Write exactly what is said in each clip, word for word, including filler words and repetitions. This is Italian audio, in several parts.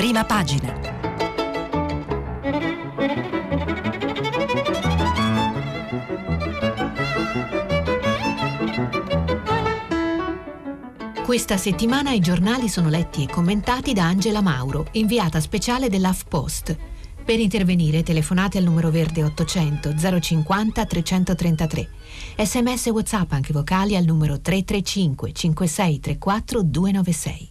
prima pagina. Questa settimana i giornali sono letti e commentati da Angela Mauro, inviata speciale dell'HuffPost. Per intervenire telefonate al numero verde ottocento zero cinquanta trecentotrentatré. Sms e WhatsApp anche vocali al numero tre tre cinque cinque sei tre quattro due nove sei.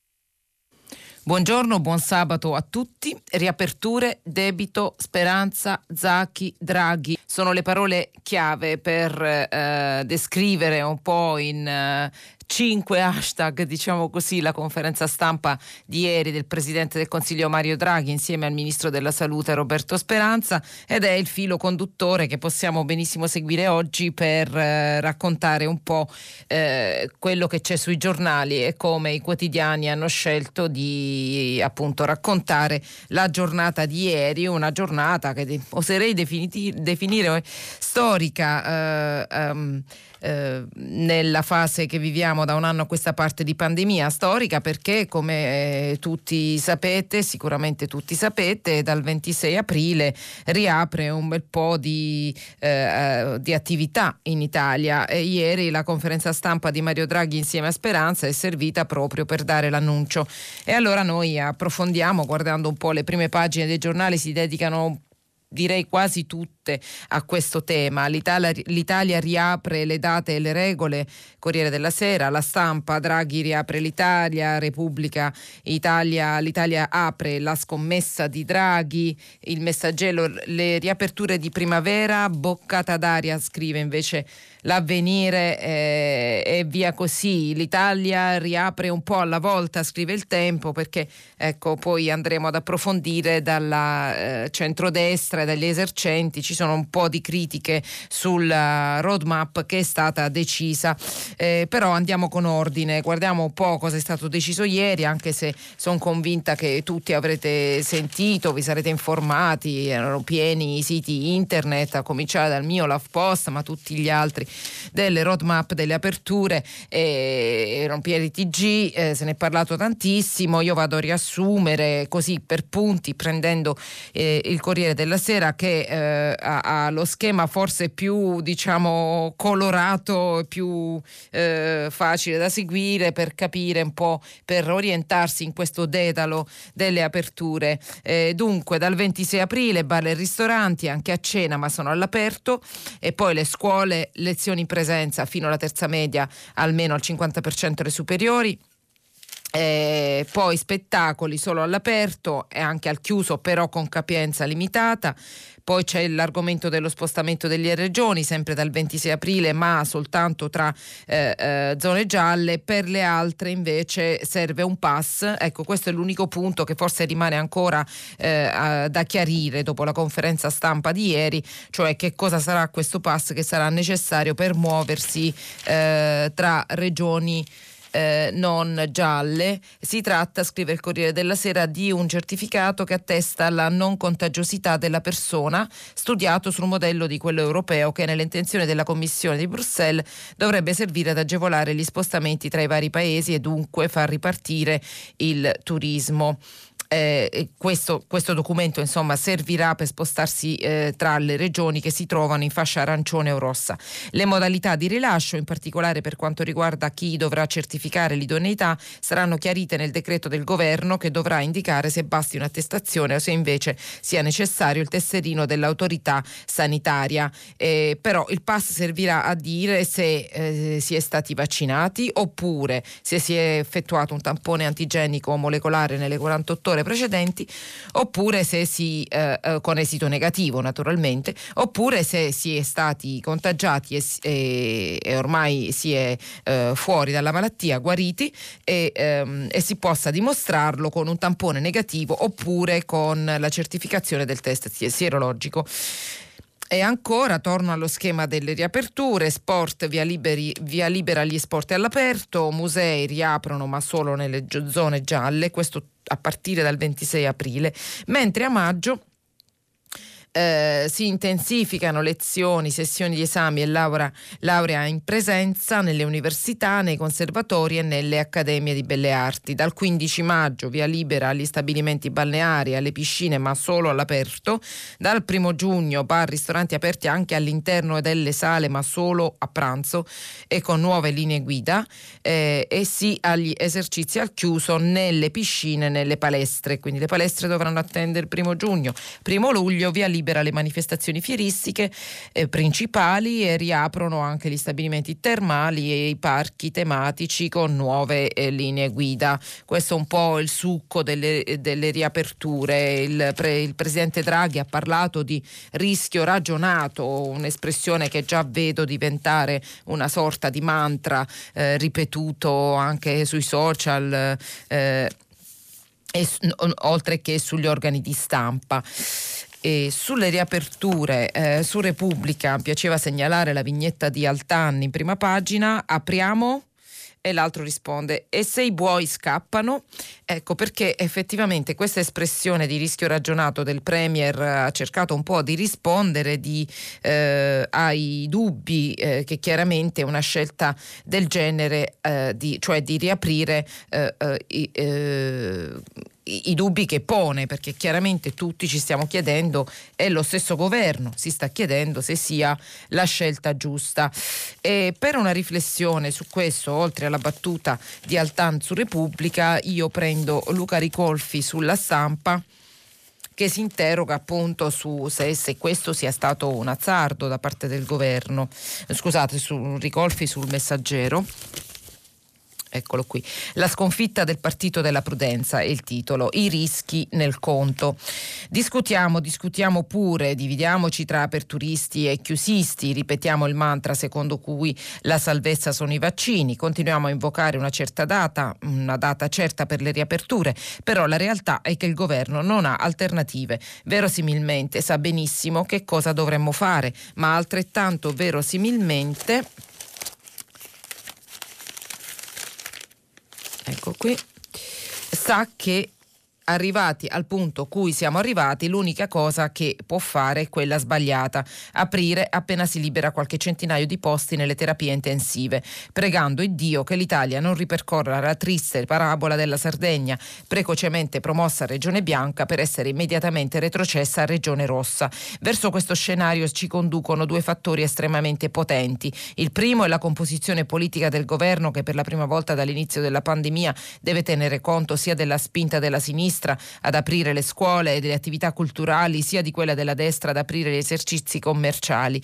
Buongiorno, buon sabato a tutti. Riaperture, debito, speranza, Zaki, Draghi sono le parole chiave per eh, descrivere un po' in eh, cinque hashtag, diciamo così, la conferenza stampa di ieri del Presidente del Consiglio Mario Draghi insieme al Ministro della Salute Roberto Speranza, ed è il filo conduttore che possiamo benissimo seguire oggi per eh, raccontare un po' eh, quello che c'è sui giornali e come i quotidiani hanno scelto di appunto raccontare la giornata di ieri, una giornata che oserei definiti- definire storica eh, um, eh, nella fase che viviamo da un anno a questa parte di pandemia, storica perché come eh, tutti sapete, sicuramente tutti sapete, dal ventisei aprile riapre un bel po' di, eh, di attività in Italia e ieri la conferenza stampa di Mario Draghi insieme a Speranza è servita proprio per dare l'annuncio. E allora noi approfondiamo, guardando un po' le prime pagine dei giornali, si dedicano direi quasi tutte a questo tema. L'Italia, l'Italia riapre le date e le regole, Corriere della Sera, La Stampa, Draghi riapre l'Italia, Repubblica, Italia, l'Italia apre la scommessa di Draghi, Il Messaggero, le riaperture di primavera, boccata d'aria, scrive invece L'Avvenire eh, e via così. L'Italia riapre un po' alla volta, scrive Il Tempo, perché ecco poi andremo ad approfondire dalla eh, centrodestra e dagli esercenti, ci sono un po' di critiche sulla roadmap che è stata decisa, eh, però andiamo con ordine, guardiamo un po' cosa è stato deciso ieri, anche se sono convinta che tutti avrete sentito, vi sarete informati, erano pieni i siti internet, a cominciare dal mio HuffPost, ma tutti gli altri, delle roadmap, delle aperture, eh, erano pieni T G, eh, se ne è parlato tantissimo. Io vado a riassumere così per punti, prendendo eh, il Corriere della Sera che eh, ha, ha lo schema forse più diciamo colorato, più eh, facile da seguire per capire un po', per orientarsi in questo dedalo delle aperture. Eh, dunque dal ventisei aprile bar e ristoranti anche a cena ma sono all'aperto, e poi le scuole, lezioni in presenza fino alla terza media almeno al cinquanta per cento delle superiori. Eh, poi spettacoli solo all'aperto e anche al chiuso, però con capienza limitata. Poi c'è l'argomento dello spostamento delle regioni, sempre dal ventisei aprile, ma soltanto tra eh, eh, zone gialle. Per le altre invece serve un pass. Ecco, questo è l'unico punto che forse rimane ancora eh, da chiarire dopo la conferenza stampa di ieri, cioè che cosa sarà questo pass che sarà necessario per muoversi eh, tra regioni Eh, non gialle. Si tratta, scrive il Corriere della Sera, di un certificato che attesta la non contagiosità della persona, studiato sul modello di quello europeo, che nelle intenzioni della Commissione di Bruxelles dovrebbe servire ad agevolare gli spostamenti tra i vari paesi e dunque far ripartire il turismo. Eh, questo, questo documento insomma servirà per spostarsi eh, tra le regioni che si trovano in fascia arancione o rossa. Le modalità di rilascio, in particolare per quanto riguarda chi dovrà certificare l'idoneità, saranno chiarite nel decreto del governo, che dovrà indicare se basti un'attestazione o se invece sia necessario il tesserino dell'autorità sanitaria. Eh, però il pass servirà a dire se eh, si è stati vaccinati, oppure se si è effettuato un tampone antigenico o molecolare nelle quarantotto ore precedenti, oppure se si eh, con esito negativo naturalmente, oppure se si è stati contagiati e, e, e ormai si è eh, fuori dalla malattia, guariti, e, ehm, e si possa dimostrarlo con un tampone negativo oppure con la certificazione del test sierologico. E ancora, torno allo schema delle riaperture: sport, via, liberi, via libera agli sport all'aperto, musei riaprono ma solo nelle zone gialle, questo a partire dal ventisei aprile, mentre a maggio Eh, si intensificano lezioni, sessioni di esami e laurea, laurea in presenza nelle università, nei conservatori e nelle accademie di belle arti. Dal quindici maggio via libera agli stabilimenti balneari, alle piscine, ma solo all'aperto. Dal primo giugno bar, ristoranti aperti anche all'interno delle sale, ma solo a pranzo e con nuove linee guida. Eh, e sì agli esercizi al chiuso nelle piscine e nelle palestre. Quindi le palestre dovranno attendere il primo giugno. Primo luglio via libera le manifestazioni fieristiche eh, principali e riaprono anche gli stabilimenti termali e i parchi tematici con nuove eh, linee guida. Questo è un po' il succo delle, delle riaperture. Il, pre, il presidente Draghi ha parlato di rischio ragionato, un'espressione che già vedo diventare una sorta di mantra eh, ripetuto anche sui social eh, e, oltre che sugli organi di stampa. E sulle riaperture, eh, su Repubblica piaceva segnalare la vignetta di Altan in prima pagina: apriamo? E l'altro risponde: e se i buoi scappano? Ecco perché effettivamente questa espressione di rischio ragionato del Premier ha cercato un po' di rispondere di, eh, ai dubbi eh, che chiaramente una scelta del genere, eh, di, cioè di riaprire eh, eh, eh, I, i dubbi che pone, perché chiaramente tutti ci stiamo chiedendo, e lo stesso governo si sta chiedendo se sia la scelta giusta. E per una riflessione su questo, oltre alla battuta di Altan su Repubblica, io prendo Luca Ricolfi sulla Stampa, che si interroga appunto su se, se questo sia stato un azzardo da parte del governo. Scusate, su Ricolfi sul Messaggero. Eccolo qui. La sconfitta del partito della prudenza è il titolo, i rischi nel conto. Discutiamo, discutiamo pure, dividiamoci tra aperturisti e chiusisti, ripetiamo il mantra secondo cui la salvezza sono i vaccini, continuiamo a invocare una certa data, una data certa per le riaperture, però la realtà è che il governo non ha alternative. Verosimilmente sa benissimo che cosa dovremmo fare, ma altrettanto verosimilmente ecco qui, sa che arrivati al punto cui siamo arrivati, l'unica cosa che può fare è quella sbagliata: aprire appena si libera qualche centinaio di posti nelle terapie intensive, pregando Iddio che l'Italia non ripercorra la triste parabola della Sardegna, precocemente promossa a Regione Bianca per essere immediatamente retrocessa a Regione Rossa. Verso questo scenario ci conducono due fattori estremamente potenti. Il primo è la composizione politica del governo, che per la prima volta dall'inizio della pandemia deve tenere conto sia della spinta della sinistra ad aprire le scuole e delle attività culturali, sia di quella della destra ad aprire gli esercizi commerciali.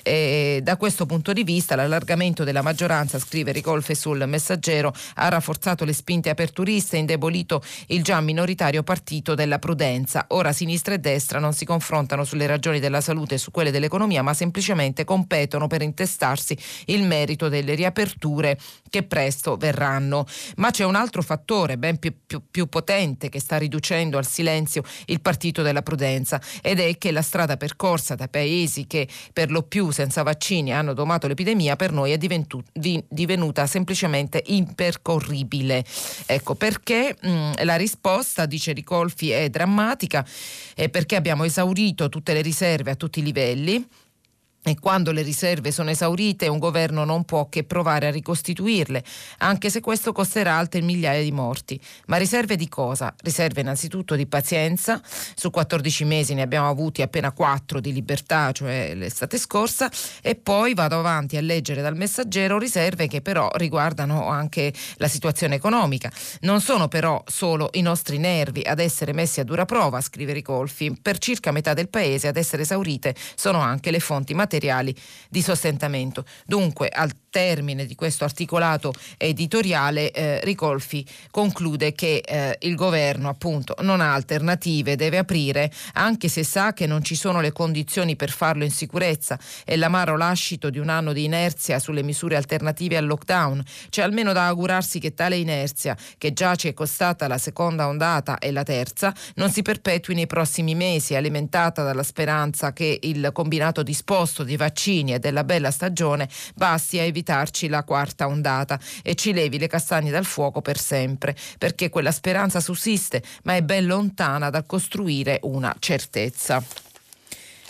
E da questo punto di vista l'allargamento della maggioranza, scrive Ricolfi sul Messaggero, ha rafforzato le spinte aperturiste e indebolito il già minoritario partito della prudenza. Ora sinistra e destra non si confrontano sulle ragioni della salute e su quelle dell'economia, ma semplicemente competono per intestarsi il merito delle riaperture che presto verranno. Ma c'è un altro fattore ben più, più, più potente che sta riducendo al silenzio il partito della prudenza, ed è che la strada percorsa da paesi che per lo più senza vaccini hanno domato l'epidemia per noi è diventu- di- divenuta semplicemente impercorribile. Ecco perché mh, la risposta, dice Ricolfi, è drammatica, è perché abbiamo esaurito tutte le riserve a tutti i livelli. E quando le riserve sono esaurite un governo non può che provare a ricostituirle, anche se questo costerà altre migliaia di morti. Ma riserve di cosa? Riserve innanzitutto di pazienza. Su quattordici mesi ne abbiamo avuti appena quattro di libertà, cioè l'estate scorsa, e poi vado avanti a leggere dal Messaggero riserve che però riguardano anche la situazione economica. Non sono però solo i nostri nervi ad essere messi a dura prova, scrive Ricolfi. Per circa metà del paese ad essere esaurite sono anche le fonti materiali di sostentamento. Dunque, al termine di questo articolato editoriale, eh, Ricolfi conclude che eh, il governo appunto non ha alternative, deve aprire, anche se sa che non ci sono le condizioni per farlo in sicurezza. È l'amaro lascito di un anno di inerzia sulle misure alternative al lockdown. C'è almeno da augurarsi che tale inerzia, che già ci è costata la seconda ondata e la terza, non si perpetui nei prossimi mesi, alimentata dalla speranza che il combinato disposto di vaccini e della bella stagione basti a evitarci la quarta ondata e ci levi le castagne dal fuoco per sempre, perché quella speranza sussiste, ma è ben lontana dal costruire una certezza.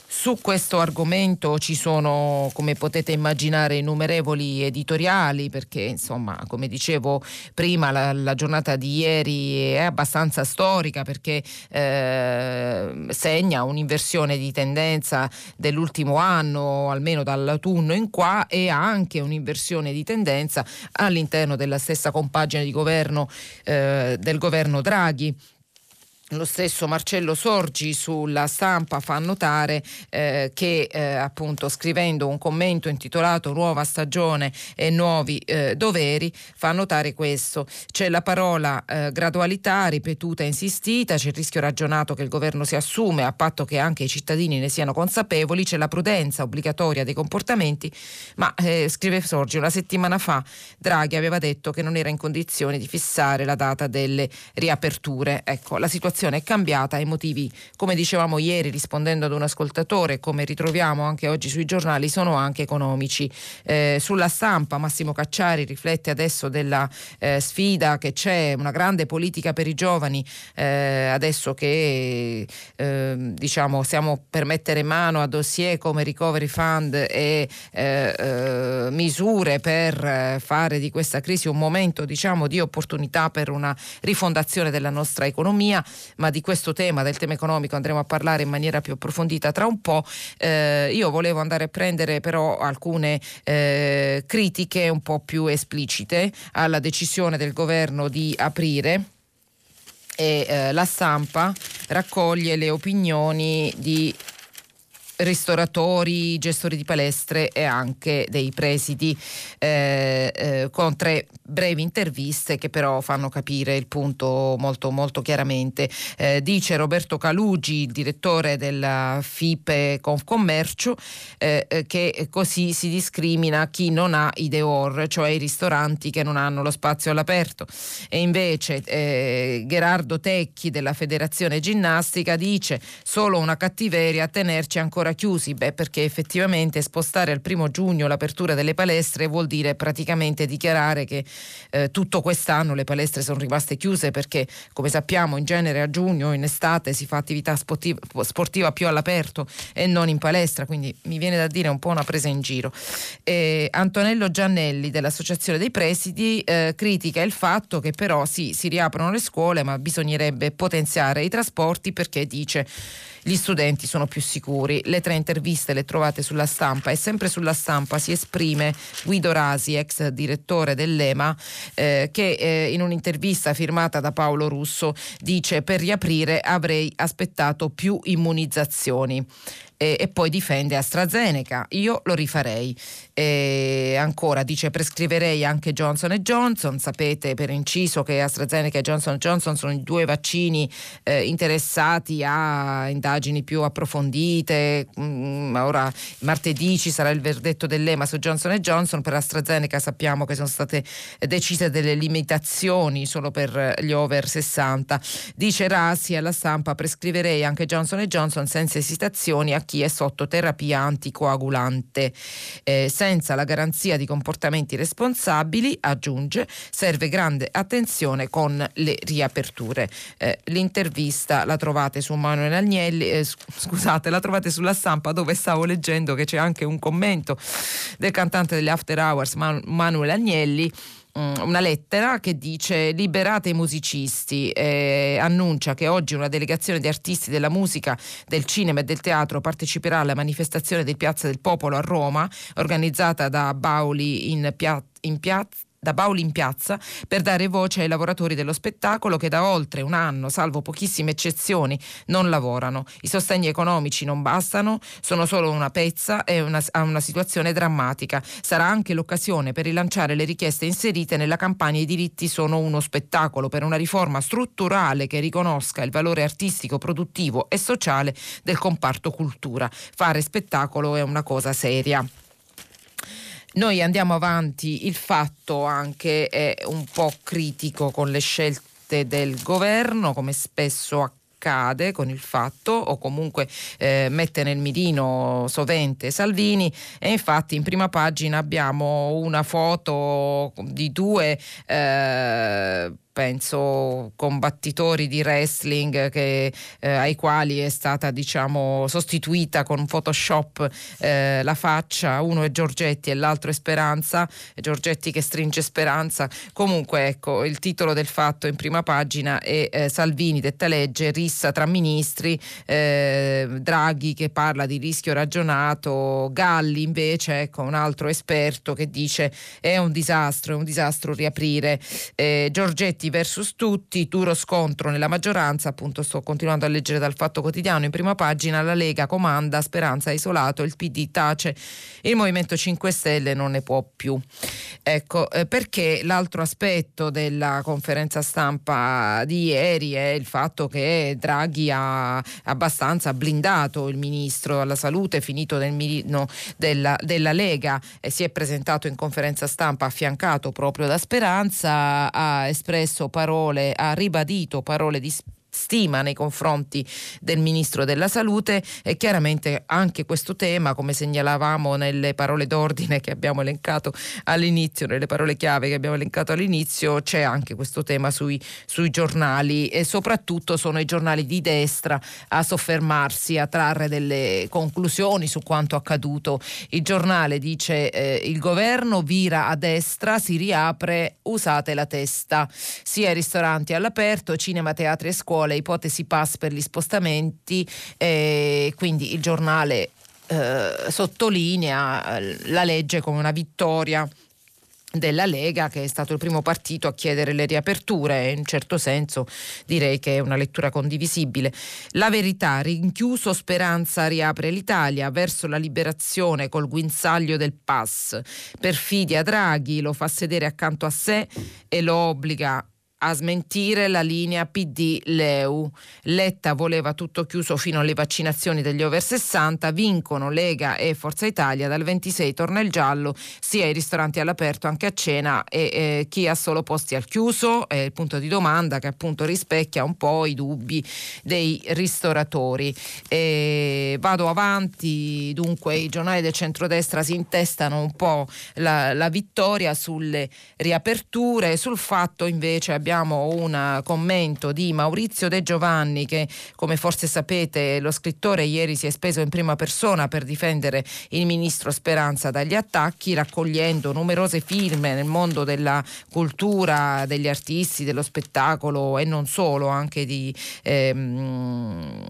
Su questo argomento ci sono, come potete immaginare, innumerevoli editoriali, perché insomma, come dicevo prima, la, la giornata di ieri è abbastanza storica, perché eh, segna un'inversione di tendenza dell'ultimo anno, almeno dall'autunno in qua, e anche un'inversione di tendenza all'interno della stessa compagine di governo eh, del governo Draghi. Lo stesso Marcello Sorgi sulla Stampa fa notare eh, che eh, appunto scrivendo un commento intitolato Nuova stagione e nuovi eh, doveri, fa notare questo: c'è la parola eh, gradualità ripetuta e insistita, c'è il rischio ragionato che il governo si assume a patto che anche i cittadini ne siano consapevoli, c'è la prudenza obbligatoria dei comportamenti, ma eh, scrive Sorgi, una settimana fa Draghi aveva detto che non era in condizione di fissare la data delle riaperture. Ecco, la situazione è cambiata e i motivi, come dicevamo ieri rispondendo ad un ascoltatore, come ritroviamo anche oggi sui giornali, sono anche economici. Eh, sulla Stampa Massimo Cacciari riflette adesso della eh, sfida che c'è, una grande politica per i giovani, eh, adesso che eh, diciamo stiamo per mettere mano a dossier come Recovery Fund e eh, eh, misure per fare di questa crisi un momento, diciamo, di opportunità per una rifondazione della nostra economia. Ma di questo tema, del tema economico, andremo a parlare in maniera più approfondita tra un po'. Eh, io volevo andare a prendere però alcune eh, critiche un po' più esplicite alla decisione del governo di aprire, e eh, la Stampa raccoglie le opinioni di ristoratori, gestori di palestre e anche dei presidi, eh, eh, con tre brevi interviste che però fanno capire il punto molto molto chiaramente. Eh, dice Roberto Calugi, il direttore della FIPE Confcommercio, eh, eh, che così si discrimina chi non ha i dehors, cioè i ristoranti che non hanno lo spazio all'aperto. E invece eh, Gerardo Tecchi della Federazione Ginnastica dice solo una cattiveria a tenerci ancora chiusi. Beh, perché effettivamente spostare al primo giugno l'apertura delle palestre vuol dire praticamente dichiarare che eh, tutto quest'anno le palestre sono rimaste chiuse, perché come sappiamo in genere a giugno, in estate, si fa attività sportiva, sportiva più all'aperto e non in palestra, quindi mi viene da dire un po' una presa in giro. Eh, Antonello Giannelli dell'Associazione dei Presidi eh, critica il fatto che però sì, si riaprono le scuole, ma bisognerebbe potenziare i trasporti, perché dice gli studenti sono più sicuri. Le tre interviste le trovate sulla Stampa, e sempre sulla Stampa si esprime Guido Rasi, ex direttore dell'E M A, eh, che eh, in un'intervista firmata da Paolo Russo dice: per riaprire avrei aspettato più immunizzazioni. E, e poi difende AstraZeneca, io lo rifarei. E ancora dice: prescriverei anche Johnson and Johnson. Sapete per inciso che AstraZeneca e Johnson and Johnson sono i due vaccini eh, interessati a indagini più approfondite. Mm, ora martedì ci sarà il verdetto dell'E M A su Johnson and Johnson. Per AstraZeneca sappiamo che sono state decise delle limitazioni solo per gli over sessanta. Dice Rasi alla Stampa: prescriverei anche Johnson and Johnson senza esitazioni a chi è sotto terapia anticoagulante. Eh, senza la garanzia di comportamenti responsabili, aggiunge, serve grande attenzione con le riaperture. Eh, l'intervista la trovate su Manuel Agnelli, eh, scusate, la trovate sulla Stampa, dove stavo leggendo che c'è anche un commento del cantante degli After Hours Man- Manuel Agnelli, una lettera che dice: liberate i musicisti, eh, annuncia che oggi una delegazione di artisti della musica, del cinema e del teatro parteciperà alla manifestazione di Piazza del Popolo a Roma, organizzata da Bauli in, pia- in piazza da Bauli in piazza, per dare voce ai lavoratori dello spettacolo che da oltre un anno, salvo pochissime eccezioni, non lavorano. I sostegni economici non bastano, sono solo una pezza e una, una situazione drammatica. Sarà anche l'occasione per rilanciare le richieste inserite nella campagna I diritti sono uno spettacolo, per una riforma strutturale che riconosca il valore artistico, produttivo e sociale del comparto cultura. Fare spettacolo è una cosa seria. Noi andiamo avanti, il Fatto anche è un po' critico con le scelte del governo, come spesso accade con il Fatto, o comunque eh, mette nel mirino sovente Salvini, e infatti in prima pagina abbiamo una foto di due eh, penso combattitori di wrestling che, eh, ai quali è stata diciamo sostituita con Photoshop eh, la faccia, uno è Giorgetti e l'altro è Speranza, Giorgetti che stringe Speranza. Comunque ecco, il titolo del Fatto in prima pagina è eh, Salvini detta legge, rissa tra ministri, eh, Draghi che parla di rischio ragionato, Galli invece, ecco un altro esperto che dice è un disastro, è un disastro riaprire. eh, Giorgetti versus tutti, duro scontro nella maggioranza, appunto sto continuando a leggere dal Fatto Quotidiano in prima pagina, la Lega comanda, Speranza isolato, il P D tace, il Movimento cinque Stelle non ne può più. Ecco, eh, perché l'altro aspetto della conferenza stampa di ieri è il fatto che Draghi ha abbastanza blindato il ministro alla salute finito nel mirino della, della Lega, e si è presentato in conferenza stampa affiancato proprio da Speranza, ha espresso parole, ha ribadito parole di stima nei confronti del ministro della salute, e chiaramente anche questo tema, come segnalavamo nelle parole d'ordine che abbiamo elencato all'inizio, nelle parole chiave che abbiamo elencato all'inizio, c'è anche questo tema sui, sui giornali, e soprattutto sono i giornali di destra a soffermarsi, a trarre delle conclusioni su quanto accaduto. Il Giornale dice eh, il governo vira a destra, si riapre, usate la testa, sia i ristoranti all'aperto, cinema, teatri e scuole, ipotesi pass per gli spostamenti, eh, quindi il Giornale eh, sottolinea la legge come una vittoria della Lega, che è stato il primo partito a chiedere le riaperture, e in un certo senso direi che è una lettura condivisibile. La Verità, rinchiuso Speranza riapre l'Italia verso la liberazione col guinzaglio del pass, perfidia Draghi, lo fa sedere accanto a sé e lo obbliga a smentire la linea P D L E U. Letta voleva tutto chiuso fino alle vaccinazioni degli over sessanta, vincono Lega e Forza Italia, dal ventisei torna il giallo, sia i ristoranti all'aperto anche a cena, e eh, chi ha solo posti al chiuso, è il punto di domanda che appunto rispecchia un po' i dubbi dei ristoratori. E vado avanti, dunque i giornali del centrodestra si intestano un po' la, la vittoria sulle riaperture, sul Fatto invece abbiamo Abbiamo un commento di Maurizio De Giovanni che, come forse sapete, lo scrittore ieri si è speso in prima persona per difendere il ministro Speranza dagli attacchi, raccogliendo numerose firme nel mondo della cultura, degli artisti, dello spettacolo e non solo, anche di ehm,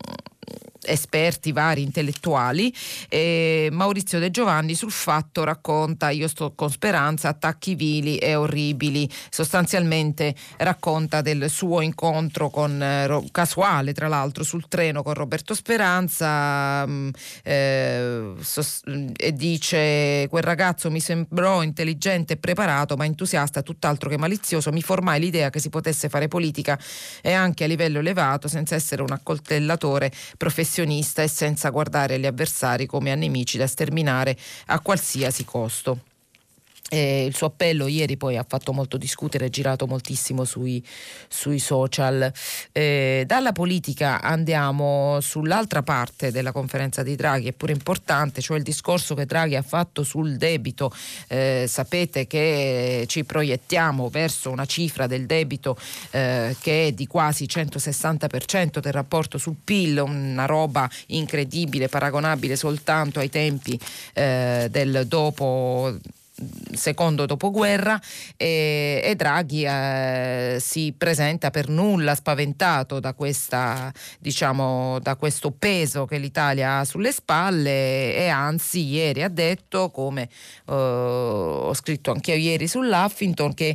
esperti vari, intellettuali. E Maurizio De Giovanni sul Fatto racconta, io sto con Speranza, attacchi vili e orribili, sostanzialmente racconta del suo incontro con eh, casuale tra l'altro sul treno con Roberto Speranza, mh, eh, sos- e dice: quel ragazzo mi sembrò intelligente e preparato ma entusiasta tutt'altro che malizioso, mi formai l'idea che si potesse fare politica e anche a livello elevato senza essere un accoltellatore professionista e senza guardare gli avversari come a nemici da sterminare a qualsiasi costo. Eh, il suo appello ieri poi ha fatto molto discutere, è girato moltissimo sui, sui social. Eh, dalla politica andiamo sull'altra parte della conferenza di Draghi, è pure importante, cioè il discorso che Draghi ha fatto sul debito. Eh, sapete che ci proiettiamo verso una cifra del debito eh, che è di quasi centosessanta per cento del rapporto sul P I L, una roba incredibile, paragonabile soltanto ai tempi eh, del dopo secondo dopoguerra, e, e Draghi eh, si presenta per nulla spaventato da questa, diciamo, da questo peso che l'Italia ha sulle spalle, e anzi ieri ha detto, come eh, ho scritto anche io ieri sull'Huffington, che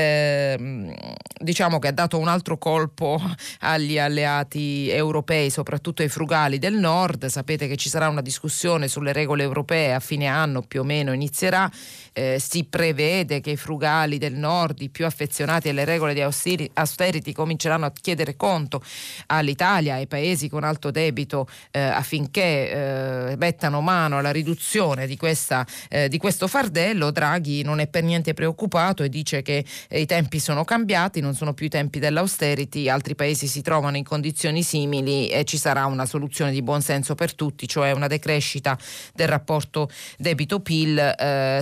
eh, diciamo che ha dato un altro colpo agli alleati europei, soprattutto ai frugali del nord. Sapete che ci sarà una discussione sulle regole europee a fine anno, più o meno inizierà. Eh, si prevede che i frugali del nord, i più affezionati alle regole di austerity, cominceranno a chiedere conto all'Italia e ai paesi con alto debito eh, affinché eh, mettano mano alla riduzione di, questa, eh, di questo fardello. Draghi non è per niente preoccupato e dice che eh, i tempi sono cambiati, non sono più i tempi dell'austerity, altri paesi si trovano in condizioni simili e ci sarà una soluzione di buon senso per tutti, cioè una decrescita del rapporto debito-P I L eh, senza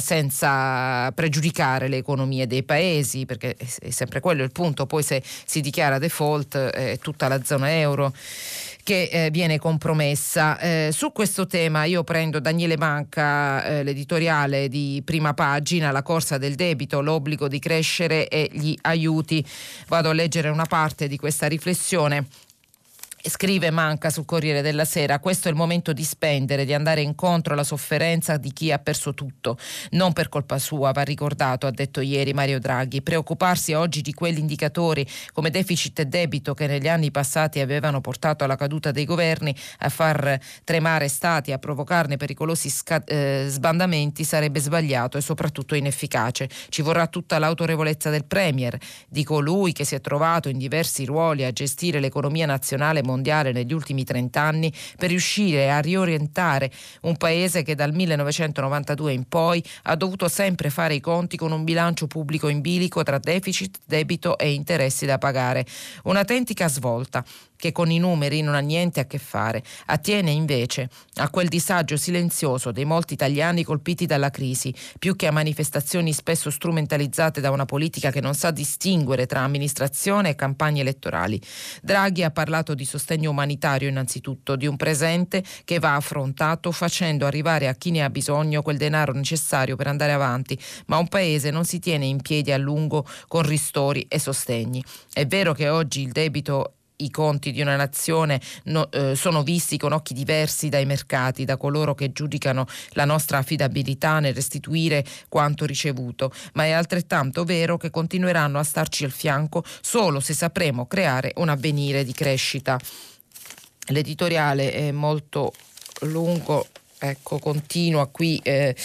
possa pregiudicare le economie dei paesi, perché è sempre quello il punto. Poi se si dichiara default è tutta la zona euro che eh, viene compromessa. Eh, su questo tema io prendo Daniele Manca, eh, l'editoriale di Prima Pagina, la corsa del debito, l'obbligo di crescere e gli aiuti. Vado a leggere una parte di questa riflessione. Scrive Manca sul Corriere della Sera: questo è il momento di spendere, di andare incontro alla sofferenza di chi ha perso tutto. Non per colpa sua, va ricordato, ha detto ieri Mario Draghi. Preoccuparsi oggi di quegli indicatori come deficit e debito che negli anni passati avevano portato alla caduta dei governi, a far tremare stati, a provocarne pericolosi sca- eh, sbandamenti sarebbe sbagliato e soprattutto inefficace. Ci vorrà tutta l'autorevolezza del Premier, di colui che si è trovato in diversi ruoli a gestire l'economia nazionale e mondiale negli ultimi trent'anni, per riuscire a riorientare un paese che dal millenovecentonovantadue in poi ha dovuto sempre fare i conti con un bilancio pubblico in bilico tra deficit, debito e interessi da pagare. Un'autentica svolta che con i numeri non ha niente a che fare. Attiene invece a quel disagio silenzioso dei molti italiani colpiti dalla crisi, più che a manifestazioni spesso strumentalizzate da una politica che non sa distinguere tra amministrazione e campagne elettorali. Draghi ha parlato di sostegno umanitario innanzitutto, di un presente che va affrontato facendo arrivare a chi ne ha bisogno quel denaro necessario per andare avanti, ma un paese non si tiene in piedi a lungo con ristori e sostegni. È vero che oggi il debito, i conti di una nazione no, eh, sono visti con occhi diversi dai mercati, da coloro che giudicano la nostra affidabilità nel restituire quanto ricevuto, ma è altrettanto vero che continueranno a starci al fianco solo se sapremo creare un avvenire di crescita. L'editoriale è molto lungo, ecco, continua qui. Eh,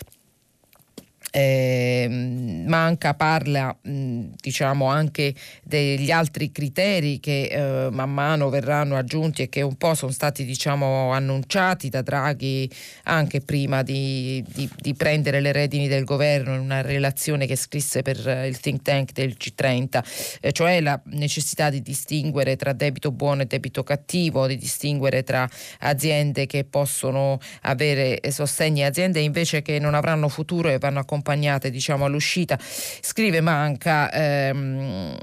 Eh, Manca parla mh, diciamo anche degli altri criteri che eh, man mano verranno aggiunti e che un po' sono stati diciamo annunciati da Draghi anche prima di, di, di prendere le redini del governo, in una relazione che scrisse per il think tank del G trenta, eh, cioè la necessità di distinguere tra debito buono e debito cattivo, di distinguere tra aziende che possono avere sostegni e aziende invece che non avranno futuro e vanno accompagnate diciamo all'uscita. Scrive Manca, ehm,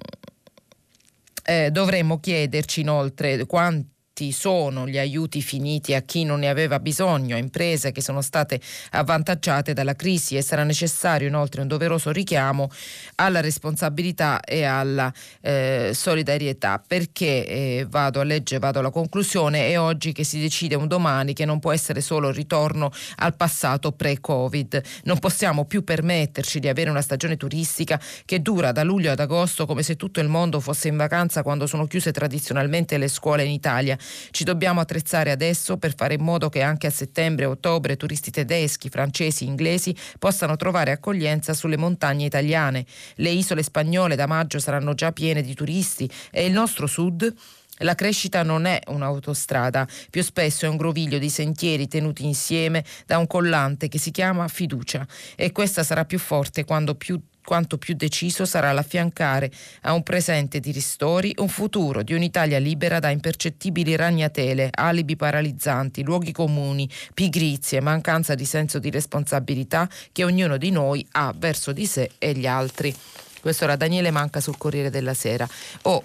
eh, dovremmo chiederci inoltre quanti sono gli aiuti finiti a chi non ne aveva bisogno, a imprese che sono state avvantaggiate dalla crisi, e sarà necessario inoltre un doveroso richiamo alla responsabilità e alla eh, solidarietà, perché eh, vado a leggere, vado alla conclusione, è oggi che si decide un domani che non può essere solo il ritorno al passato pre-Covid. Non possiamo più permetterci di avere una stagione turistica che dura da luglio ad agosto come se tutto il mondo fosse in vacanza quando sono chiuse tradizionalmente le scuole in Italia. Ci dobbiamo attrezzare adesso per fare in modo che anche a settembre e ottobre turisti tedeschi, francesi, inglesi possano trovare accoglienza sulle montagne italiane. Le isole spagnole da maggio saranno già piene di turisti e il nostro sud? La crescita non è un'autostrada, più spesso è un groviglio di sentieri tenuti insieme da un collante che si chiama fiducia, e questa sarà più forte quando più quanto più deciso sarà l'affiancare a un presente di ristori un futuro di un'Italia libera da impercettibili ragnatele, alibi paralizzanti, luoghi comuni, pigrizie, mancanza di senso di responsabilità che ognuno di noi ha verso di sé e gli altri. Questo era Daniele Manca sul Corriere della Sera. Oh,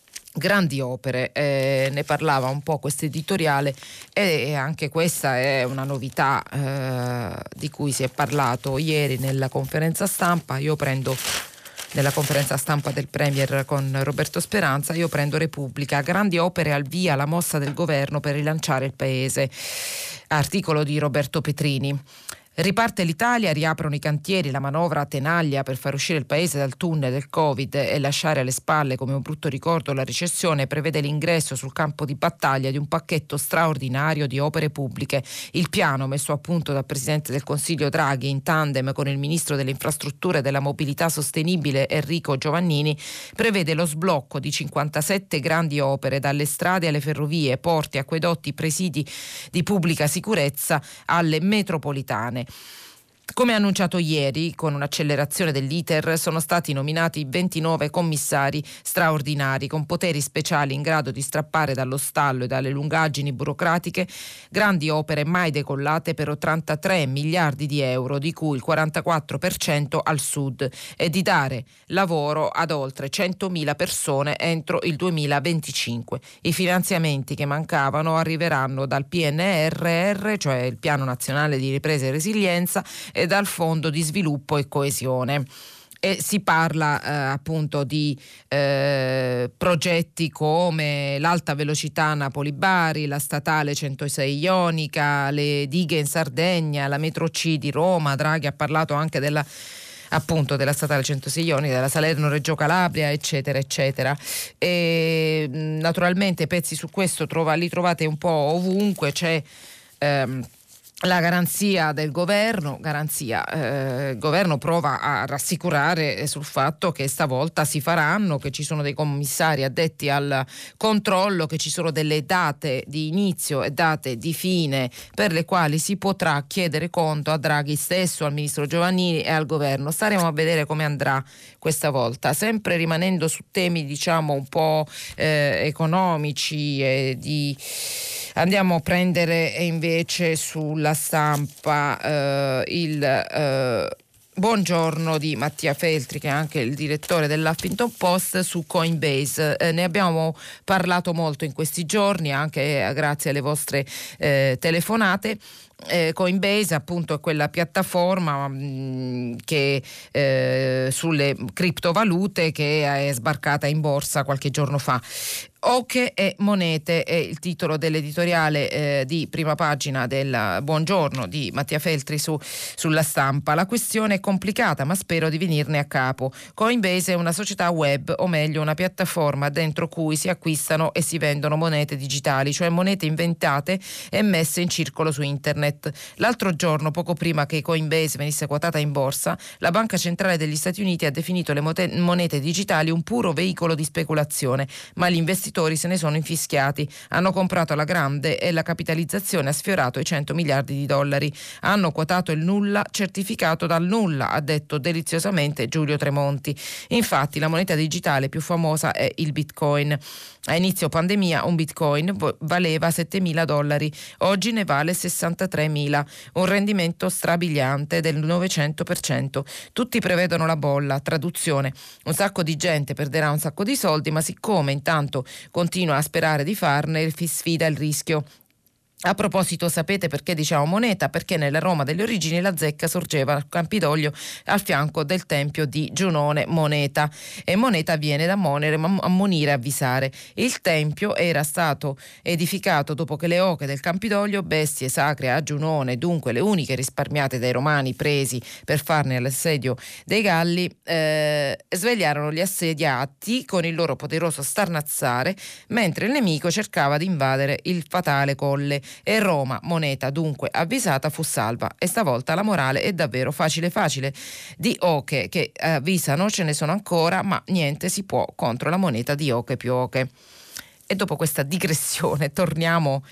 grandi opere, eh, ne parlava un po' questo editoriale, e anche questa è una novità eh, di cui si è parlato ieri nella conferenza stampa. Io prendo nella conferenza stampa del Premier con Roberto Speranza, io prendo Repubblica, grandi opere al via, la mossa del governo per rilanciare il paese, articolo di Roberto Petrini. Riparte l'Italia, riaprono i cantieri, la manovra tenaglia per far uscire il paese dal tunnel del Covid e lasciare alle spalle come un brutto ricordo la recessione, prevede l'ingresso sul campo di battaglia di un pacchetto straordinario di opere pubbliche. Il piano, messo a punto dal Presidente del Consiglio Draghi in tandem con il Ministro delle Infrastrutture e della Mobilità Sostenibile Enrico Giovannini, prevede lo sblocco di cinquantasette grandi opere, dalle strade alle ferrovie, porti, acquedotti, presidi di pubblica sicurezza alle metropolitane. Come annunciato ieri, con un'accelerazione dell'iter sono stati nominati ventinove commissari straordinari con poteri speciali in grado di strappare dallo stallo e dalle lungaggini burocratiche grandi opere mai decollate per ottantatré miliardi di euro, di cui il quarantaquattro per cento al sud, e di dare lavoro ad oltre centomila persone entro il duemilaventicinque. I finanziamenti che mancavano arriveranno dal P N R R, cioè il Piano Nazionale di Ripresa e Resilienza, e dal Fondo di Sviluppo e Coesione. E si parla eh, appunto di eh, progetti come l'alta velocità Napoli-Bari, la statale centosei Ionica, le dighe in Sardegna, la metro C di Roma. Draghi ha parlato anche della appunto della statale centosei Ionica, della Salerno-Reggio Calabria, eccetera eccetera. E naturalmente pezzi su questo trova, li trovate un po' ovunque. C'è ehm, la garanzia del governo, garanzia, eh, il governo prova a rassicurare sul fatto che stavolta si faranno, che ci sono dei commissari addetti al controllo, che ci sono delle date di inizio e date di fine per le quali si potrà chiedere conto a Draghi stesso, al ministro Giovannini e al governo. Staremo a vedere come andrà questa volta, sempre rimanendo su temi diciamo un po' eh, economici e di... Andiamo a prendere invece sulla stampa eh, il eh, buongiorno di Mattia Feltri, che è anche il direttore dell'Huffington Post, su Coinbase. Eh, ne abbiamo parlato molto in questi giorni, anche grazie alle vostre eh, telefonate. Eh, Coinbase appunto è quella piattaforma mh, che eh, sulle criptovalute che è sbarcata in borsa qualche giorno fa. Oche e monete è il titolo dell'editoriale eh, di prima pagina del buongiorno di Mattia Feltri su, sulla stampa. La questione è complicata, ma spero di venirne a capo. Coinbase è una società web, o meglio una piattaforma dentro cui si acquistano e si vendono monete digitali, cioè monete inventate e messe in circolo su internet. L'altro giorno, poco prima che Coinbase venisse quotata in borsa, la Banca Centrale degli Stati Uniti ha definito le mote- monete digitali un puro veicolo di speculazione, ma gli investitori se ne sono infischiati, hanno comprato alla grande e la capitalizzazione ha sfiorato i cento miliardi di dollari. Hanno quotato il nulla certificato dal nulla, ha detto deliziosamente Giulio Tremonti. Infatti la moneta digitale più famosa è il Bitcoin. A inizio pandemia un Bitcoin valeva settemila dollari, oggi ne vale sessantatremila, un rendimento strabiliante del novecento per cento. Tutti prevedono la bolla, traduzione: un sacco di gente perderà un sacco di soldi, ma siccome intanto continua a sperare di farne, sfida il rischio. A proposito, sapete perché diciamo moneta? Perché nella Roma delle origini la zecca sorgeva al Campidoglio al fianco del tempio di Giunone Moneta, e moneta viene da monere, ammonire, avvisare. Il tempio era stato edificato dopo che le oche del Campidoglio, bestie sacre a Giunone, dunque le uniche risparmiate dai romani presi per farne l'assedio dei Galli, eh, svegliarono gli assediati con il loro poderoso starnazzare, mentre il nemico cercava di invadere il fatale colle. E Roma, moneta dunque avvisata, fu salva. E stavolta la morale è davvero facile facile. Di oche che avvisano ce ne sono ancora, ma niente si può contro la moneta di oche più oche. E dopo questa digressione torniamo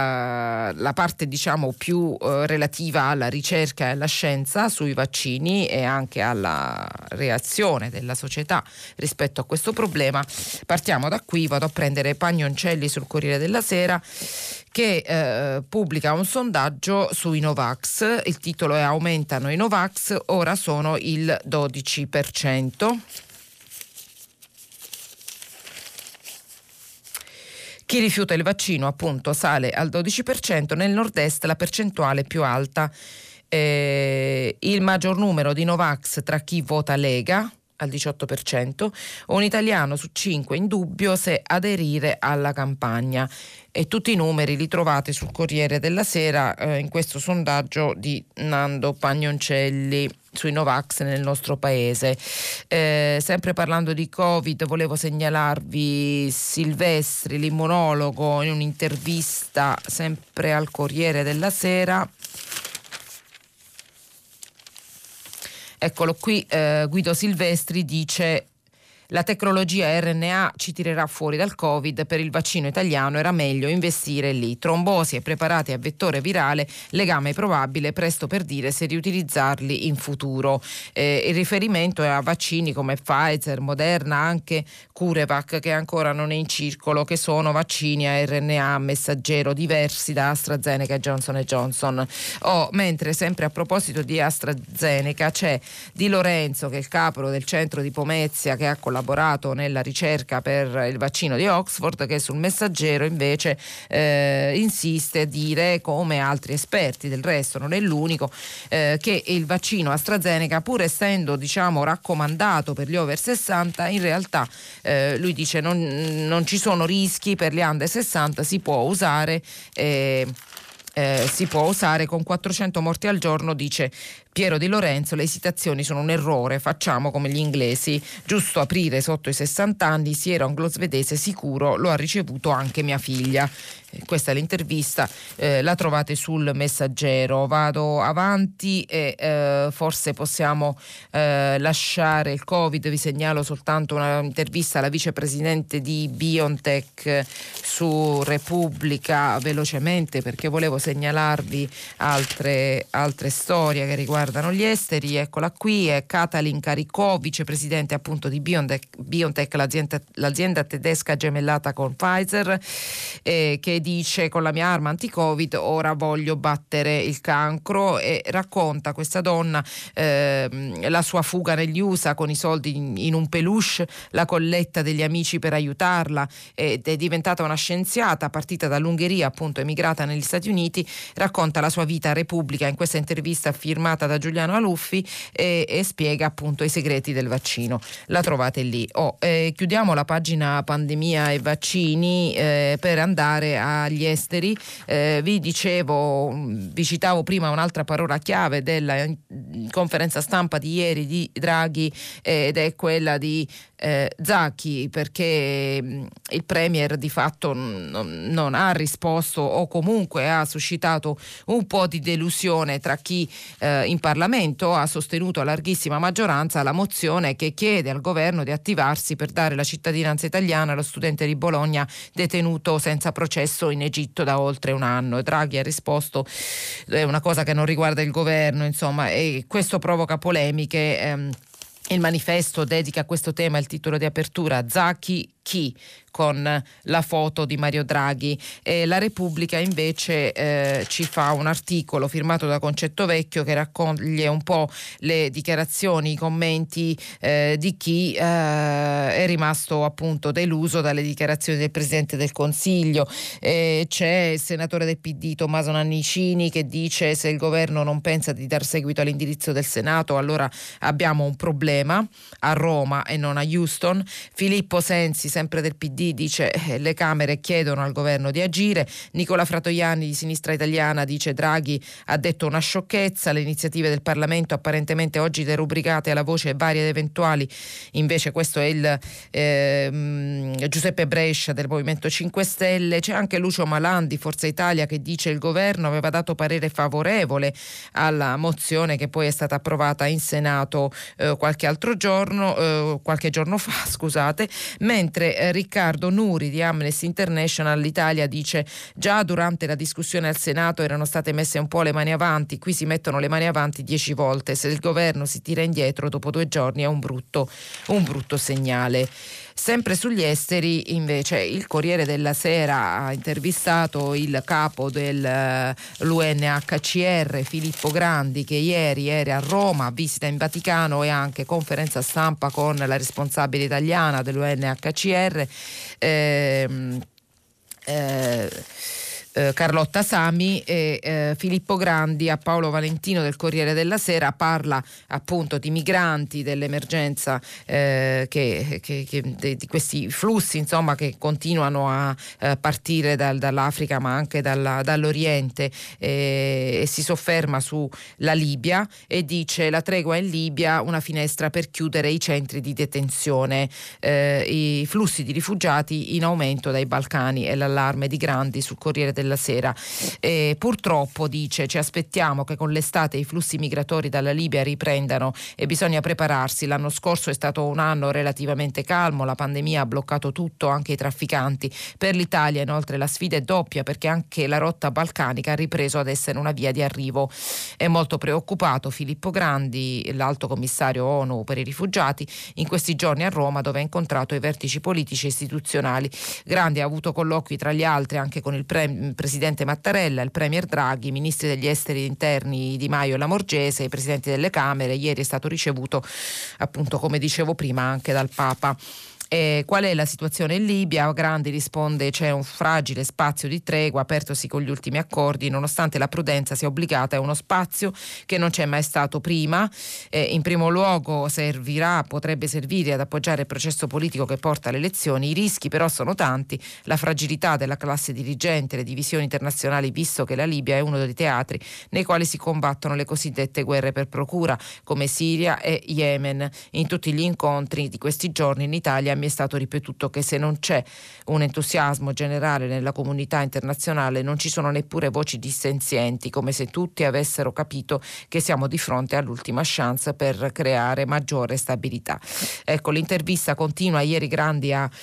alla parte diciamo più eh, relativa alla ricerca e alla scienza sui vaccini e anche alla reazione della società rispetto a questo problema. Partiamo da qui, vado a prendere Pagnoncelli sul Corriere della Sera, che eh, pubblica un sondaggio sui Novax. Il titolo è: aumentano i Novax, ora sono il dodici per cento. Chi rifiuta il vaccino appunto sale al dodici per cento, nel nord-est la percentuale più alta. Eh, il maggior numero di Novax tra chi vota Lega, al diciotto per cento, un italiano su cinque in dubbio se aderire alla campagna. E tutti i numeri li trovate sul Corriere della Sera eh, in questo sondaggio di Nando Pagnoncelli sui Novax nel nostro paese. Eh, sempre parlando di Covid, volevo segnalarvi Silvestri, l'immunologo, in un'intervista sempre al Corriere della Sera. Eccolo qui, eh, Guido Silvestri dice: la tecnologia R N A ci tirerà fuori dal Covid, per il vaccino italiano era meglio investire lì. Trombosi e preparati a vettore virale, legame probabile, presto per dire se riutilizzarli in futuro. Eh, il riferimento è a vaccini come Pfizer, Moderna, anche CureVac, che ancora non è in circolo, che sono vaccini a R N A messaggero diversi da AstraZeneca e Johnson and Johnson. Oh, mentre sempre a proposito di AstraZeneca c'è Di Lorenzo, che è il capo del centro di Pomezia, che ha collaborato nella ricerca per il vaccino di Oxford, che sul messaggero invece eh, insiste a dire, come altri esperti, del resto non è l'unico, eh, che il vaccino AstraZeneca, pur essendo diciamo raccomandato per gli over sessanta, in realtà eh, lui dice non, non ci sono rischi per gli under sessanta, si può usare eh, eh, si può usare con quattrocento morti al giorno, dice Piero Di Lorenzo. Le esitazioni sono un errore, facciamo come gli inglesi, giusto aprire sotto i sessanta anni, siero anglo-svedese sicuro, lo ha ricevuto anche mia figlia. Eh, questa è l'intervista, eh, la trovate sul Messaggero. Vado avanti e eh, forse possiamo eh, lasciare il Covid, vi segnalo soltanto un'intervista alla vicepresidente di BioNTech su Repubblica velocemente, perché volevo segnalarvi altre, altre storie che riguardano riguardano gli esteri. Eccola qui, è Katalin Karikó, vicepresidente appunto di BioNTech, BioNTech l'azienda, l'azienda tedesca gemellata con Pfizer, eh, che dice: con la mia arma anti-Covid ora voglio battere il cancro, e racconta questa donna eh, la sua fuga negli U S A con i soldi in, in un peluche, la colletta degli amici per aiutarla, ed è diventata una scienziata partita dall'Ungheria, appunto emigrata negli Stati Uniti. Racconta la sua vita a Repubblica in questa intervista firmata da Giuliano Aluffi e, e spiega appunto i segreti del vaccino. La trovate lì. Oh, eh, chiudiamo la pagina pandemia e vaccini eh, per andare agli esteri. Eh, vi dicevo, vi citavo prima un'altra parola chiave della conferenza stampa di ieri di Draghi, eh, ed è quella di eh, Zaki, perché mh, il Premier di fatto n- non ha risposto, o comunque ha suscitato un po' di delusione tra chi eh, in Parlamento ha sostenuto a larghissima maggioranza la mozione che chiede al governo di attivarsi per dare la cittadinanza italiana allo studente di Bologna detenuto senza processo in Egitto da oltre un anno. E Draghi ha risposto: è una cosa che non riguarda il governo, insomma, e questo provoca polemiche. Ehm, il Manifesto dedica a questo tema il titolo di apertura: Zaki chi? Con la foto di Mario Draghi. E la Repubblica invece eh, ci fa un articolo firmato da Concetto Vecchio che raccoglie un po' le dichiarazioni, i commenti eh, di chi eh, è rimasto appunto deluso dalle dichiarazioni del Presidente del Consiglio. E c'è il senatore del P D Tommaso Nannicini che dice: se il governo non pensa di dar seguito all'indirizzo del Senato, allora abbiamo un problema a Roma e non a Houston. Filippo Sensi, sempre del P D, dice: eh, le Camere chiedono al governo di agire. Nicola Fratoianni di Sinistra Italiana dice: Draghi ha detto una sciocchezza, le iniziative del Parlamento apparentemente oggi derubricate alla voce varie ed eventuali. Invece questo è il eh, Giuseppe Brescia del Movimento cinque Stelle. C'è anche Lucio Malan di Forza Italia che dice: il governo aveva dato parere favorevole alla mozione che poi è stata approvata in Senato eh, qualche altro giorno eh, qualche giorno fa, scusate. Mentre eh, Riccardo Nuri di Amnesty International l'Italia dice: già durante la discussione al Senato erano state messe un po' le mani avanti, qui si mettono le mani avanti dieci volte, se il governo si tira indietro dopo due giorni è un brutto, un brutto segnale. Sempre sugli esteri invece il Corriere della Sera ha intervistato il capo dell'U N H C R Filippo Grandi, che ieri era a Roma, visita in Vaticano e anche conferenza stampa con la responsabile italiana dell'U N H C R ehm, eh, Eh, Carlotta Sami. E eh, Filippo Grandi a Paolo Valentino del Corriere della Sera parla appunto di migranti, dell'emergenza eh, che, che, che de, di questi flussi insomma che continuano a eh, partire dal, dall'Africa ma anche dalla, dall'Oriente, eh, e si sofferma sulla Libia e dice: la tregua in Libia, una finestra per chiudere i centri di detenzione, eh, i flussi di rifugiati in aumento dai Balcani, e l'allarme di Grandi sul Corriere della della Sera. E purtroppo, dice, ci aspettiamo che con l'estate i flussi migratori dalla Libia riprendano e bisogna prepararsi. L'anno scorso è stato un anno relativamente calmo, la pandemia ha bloccato tutto, anche i trafficanti. Per l'Italia inoltre la sfida è doppia, perché anche la rotta balcanica ha ripreso ad essere una via di arrivo. È molto preoccupato Filippo Grandi, l'alto commissario ONU per i rifugiati, in questi giorni a Roma, dove ha incontrato i vertici politici e istituzionali. Grandi ha avuto colloqui tra gli altri anche con il pre- presidente Mattarella, il premier Draghi, i ministri degli esteri interni Di Maio e Lamorgese, i presidenti delle Camere. Ieri è stato ricevuto, appunto, come dicevo prima, anche dal Papa. Eh, qual è la situazione in Libia? Grandi risponde: c'è un fragile spazio di tregua apertosi con gli ultimi accordi, nonostante la prudenza sia obbligata. È uno spazio che non c'è mai stato prima. Eh, in primo luogo servirà, potrebbe servire ad appoggiare il processo politico che porta alle elezioni. I rischi però sono tanti: la fragilità della classe dirigente, le divisioni internazionali, visto che la Libia è uno dei teatri nei quali si combattono le cosiddette guerre per procura, come Siria e Yemen. In tutti gli incontri di questi giorni in Italia mi è stato ripetuto che se non c'è un entusiasmo generale nella comunità internazionale non ci sono neppure voci dissenzienti, come se tutti avessero capito che siamo di fronte all'ultima chance per creare maggiore stabilità. Ecco, l'intervista continua. Ieri Grandi ha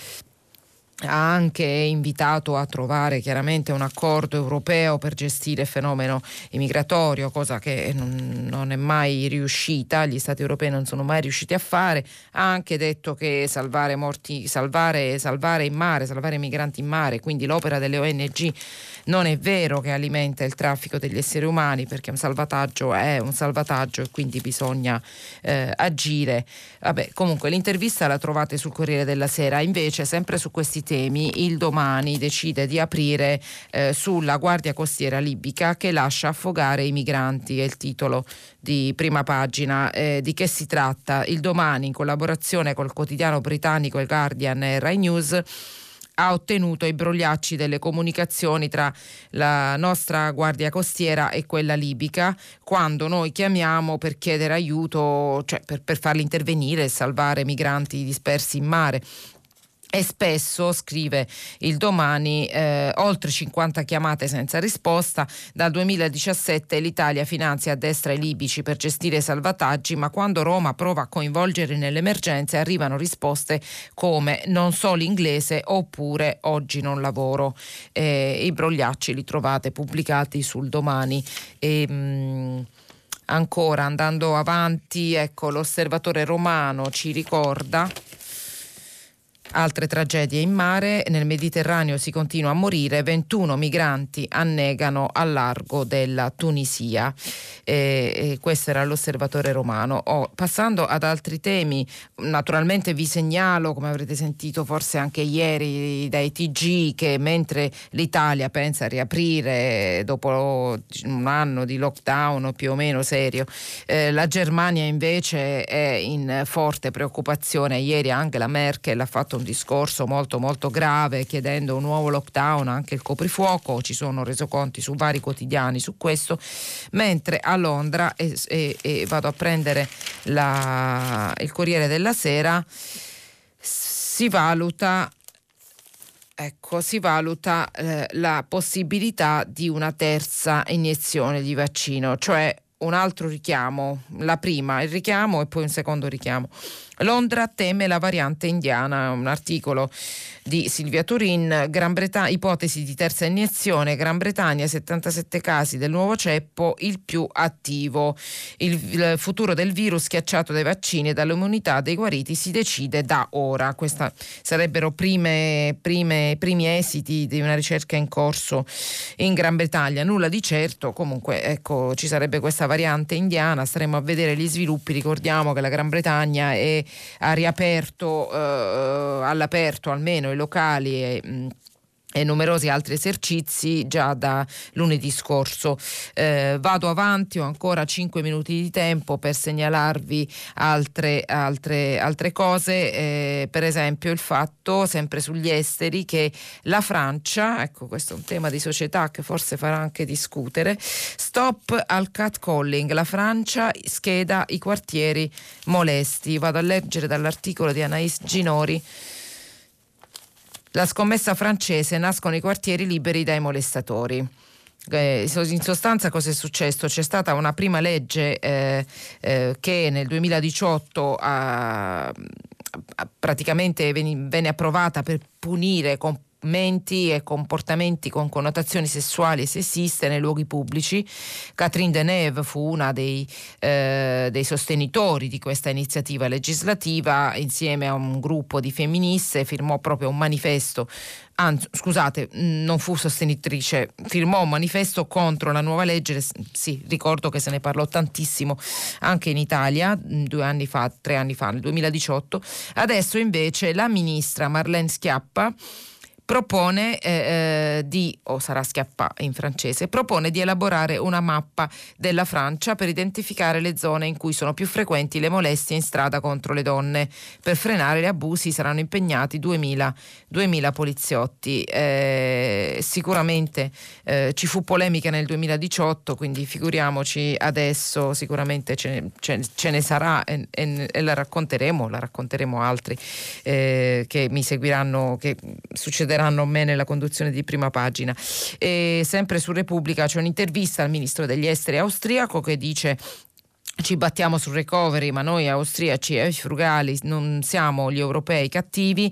ha anche invitato a trovare chiaramente un accordo europeo per gestire il fenomeno immigratorio, cosa che non, non è mai riuscita, gli stati europei non sono mai riusciti a fare. Ha anche detto che salvare morti, salvare, salvare in mare, salvare i migranti in mare, quindi l'opera delle O N G, non è vero che alimenta il traffico degli esseri umani, perché un salvataggio è un salvataggio e quindi bisogna eh, agire. Vabbè, comunque l'intervista la trovate sul Corriere della Sera. Invece, sempre su questi temi, il Domani decide di aprire eh, sulla Guardia Costiera libica che lascia affogare i migranti, è il titolo di prima pagina. Eh, di che si tratta? Il Domani, in collaborazione col quotidiano britannico il Guardian e Rai News, ha ottenuto i brogliacci delle comunicazioni tra la nostra Guardia Costiera e quella libica, quando noi chiamiamo per chiedere aiuto, cioè per, per farli intervenire e salvare migranti dispersi in mare. E spesso, scrive il Domani, eh, oltre cinquanta chiamate senza risposta. Dal duemiladiciassette l'Italia finanzia a destra i libici per gestire i salvataggi, ma quando Roma prova a coinvolgere nelle emergenze arrivano risposte come non so l'inglese oppure oggi non lavoro. Eh, I brogliacci li trovate pubblicati sul Domani. E, mh, ancora andando avanti, ecco, l'Osservatore Romano ci ricorda altre tragedie in mare. Nel Mediterraneo si continua a morire, ventuno migranti annegano al largo della Tunisia. E, e questo era l'Osservatore Romano. Oh, passando ad altri temi, naturalmente vi segnalo, come avrete sentito forse anche ieri dai T G, che mentre l'Italia pensa a riaprire dopo un anno di lockdown più o meno serio, eh, la Germania invece è in forte preoccupazione. Ieri anche la Merkel ha fatto un discorso molto molto grave chiedendo un nuovo lockdown, anche il coprifuoco. Ci sono resoconti su vari quotidiani su questo, mentre a Londra, e, e, e vado a prendere la, il Corriere della Sera, si valuta Ecco, si valuta eh, la possibilità di una terza iniezione di vaccino, cioè un altro richiamo, la prima il richiamo e poi un secondo richiamo. Londra teme la variante indiana, un articolo di Silvia Turin. Gran Bretagna, ipotesi di terza iniezione, Gran Bretagna, settantasette casi del nuovo ceppo, il più attivo. Il, il futuro del virus schiacciato dai vaccini e dall'immunità dei guariti si decide da ora. Questi sarebbero prime, prime, primi esiti di una ricerca in corso in Gran Bretagna. Nulla di certo, comunque ecco, ci sarebbe questa variante indiana, staremo a vedere gli sviluppi. Ricordiamo che la Gran Bretagna è ha riaperto eh, all'aperto almeno i locali e mh, e numerosi altri esercizi già da lunedì scorso. Eh, vado avanti, ho ancora cinque minuti di tempo per segnalarvi altre, altre, altre cose, eh, per esempio il fatto, sempre sugli esteri, che la Francia, ecco questo è un tema di società che forse farà anche discutere, stop al catcalling, la Francia scheda i quartieri molesti. Vado a leggere dall'articolo di Anaïs Ginori. La scommessa francese, nascono i quartieri liberi dai molestatori. Eh, in sostanza cosa è successo? C'è stata una prima legge eh, eh, che nel duemiladiciotto ha, ha praticamente venne, venne approvata per punire con menti e comportamenti con connotazioni sessuali e sessiste nei luoghi pubblici. Catherine Deneuve fu una dei, eh, dei sostenitori di questa iniziativa legislativa. Insieme a un gruppo di femministe firmò proprio un manifesto, anzi scusate, non fu sostenitrice, firmò un manifesto contro la nuova legge. Sì, ricordo che se ne parlò tantissimo anche in Italia due anni fa, tre anni fa, nel duemiladiciotto. Adesso invece la ministra Marlène Schiappa propone eh, di, o sarà Schiappa in francese, propone di elaborare una mappa della Francia per identificare le zone in cui sono più frequenti le molestie in strada contro le donne. Per frenare gli abusi saranno impegnati duemila poliziotti. Eh, sicuramente eh, ci fu polemica nel duemiladiciotto, quindi figuriamoci adesso, sicuramente ce, ce, ce ne sarà e, e, e la racconteremo, la racconteremo altri eh, che mi seguiranno, che succederà a me nella conduzione di Prima Pagina. E sempre su Repubblica c'è un'intervista al ministro degli esteri austriaco che dice: ci battiamo sul recovery, ma noi austriaci e frugali non siamo gli europei cattivi.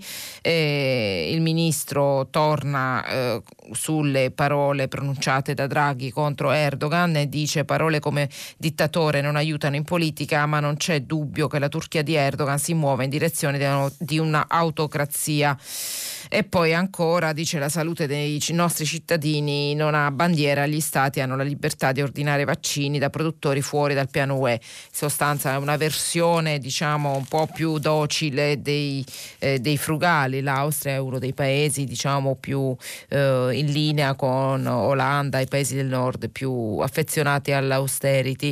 Eh, il ministro torna eh, sulle parole pronunciate da Draghi contro Erdogan e dice: parole come dittatore non aiutano in politica, ma non c'è dubbio che la Turchia di Erdogan si muova in direzione di una autocrazia. E poi ancora dice: la salute dei nostri cittadini non ha bandiera, gli stati hanno la libertà di ordinare vaccini da produttori fuori dal piano U E. In sostanza è una versione, diciamo, un po' più docile dei, eh, dei frugali. L'Austria è uno dei paesi, diciamo, più eh, in linea con Olanda, i paesi del nord più affezionati all'austerity.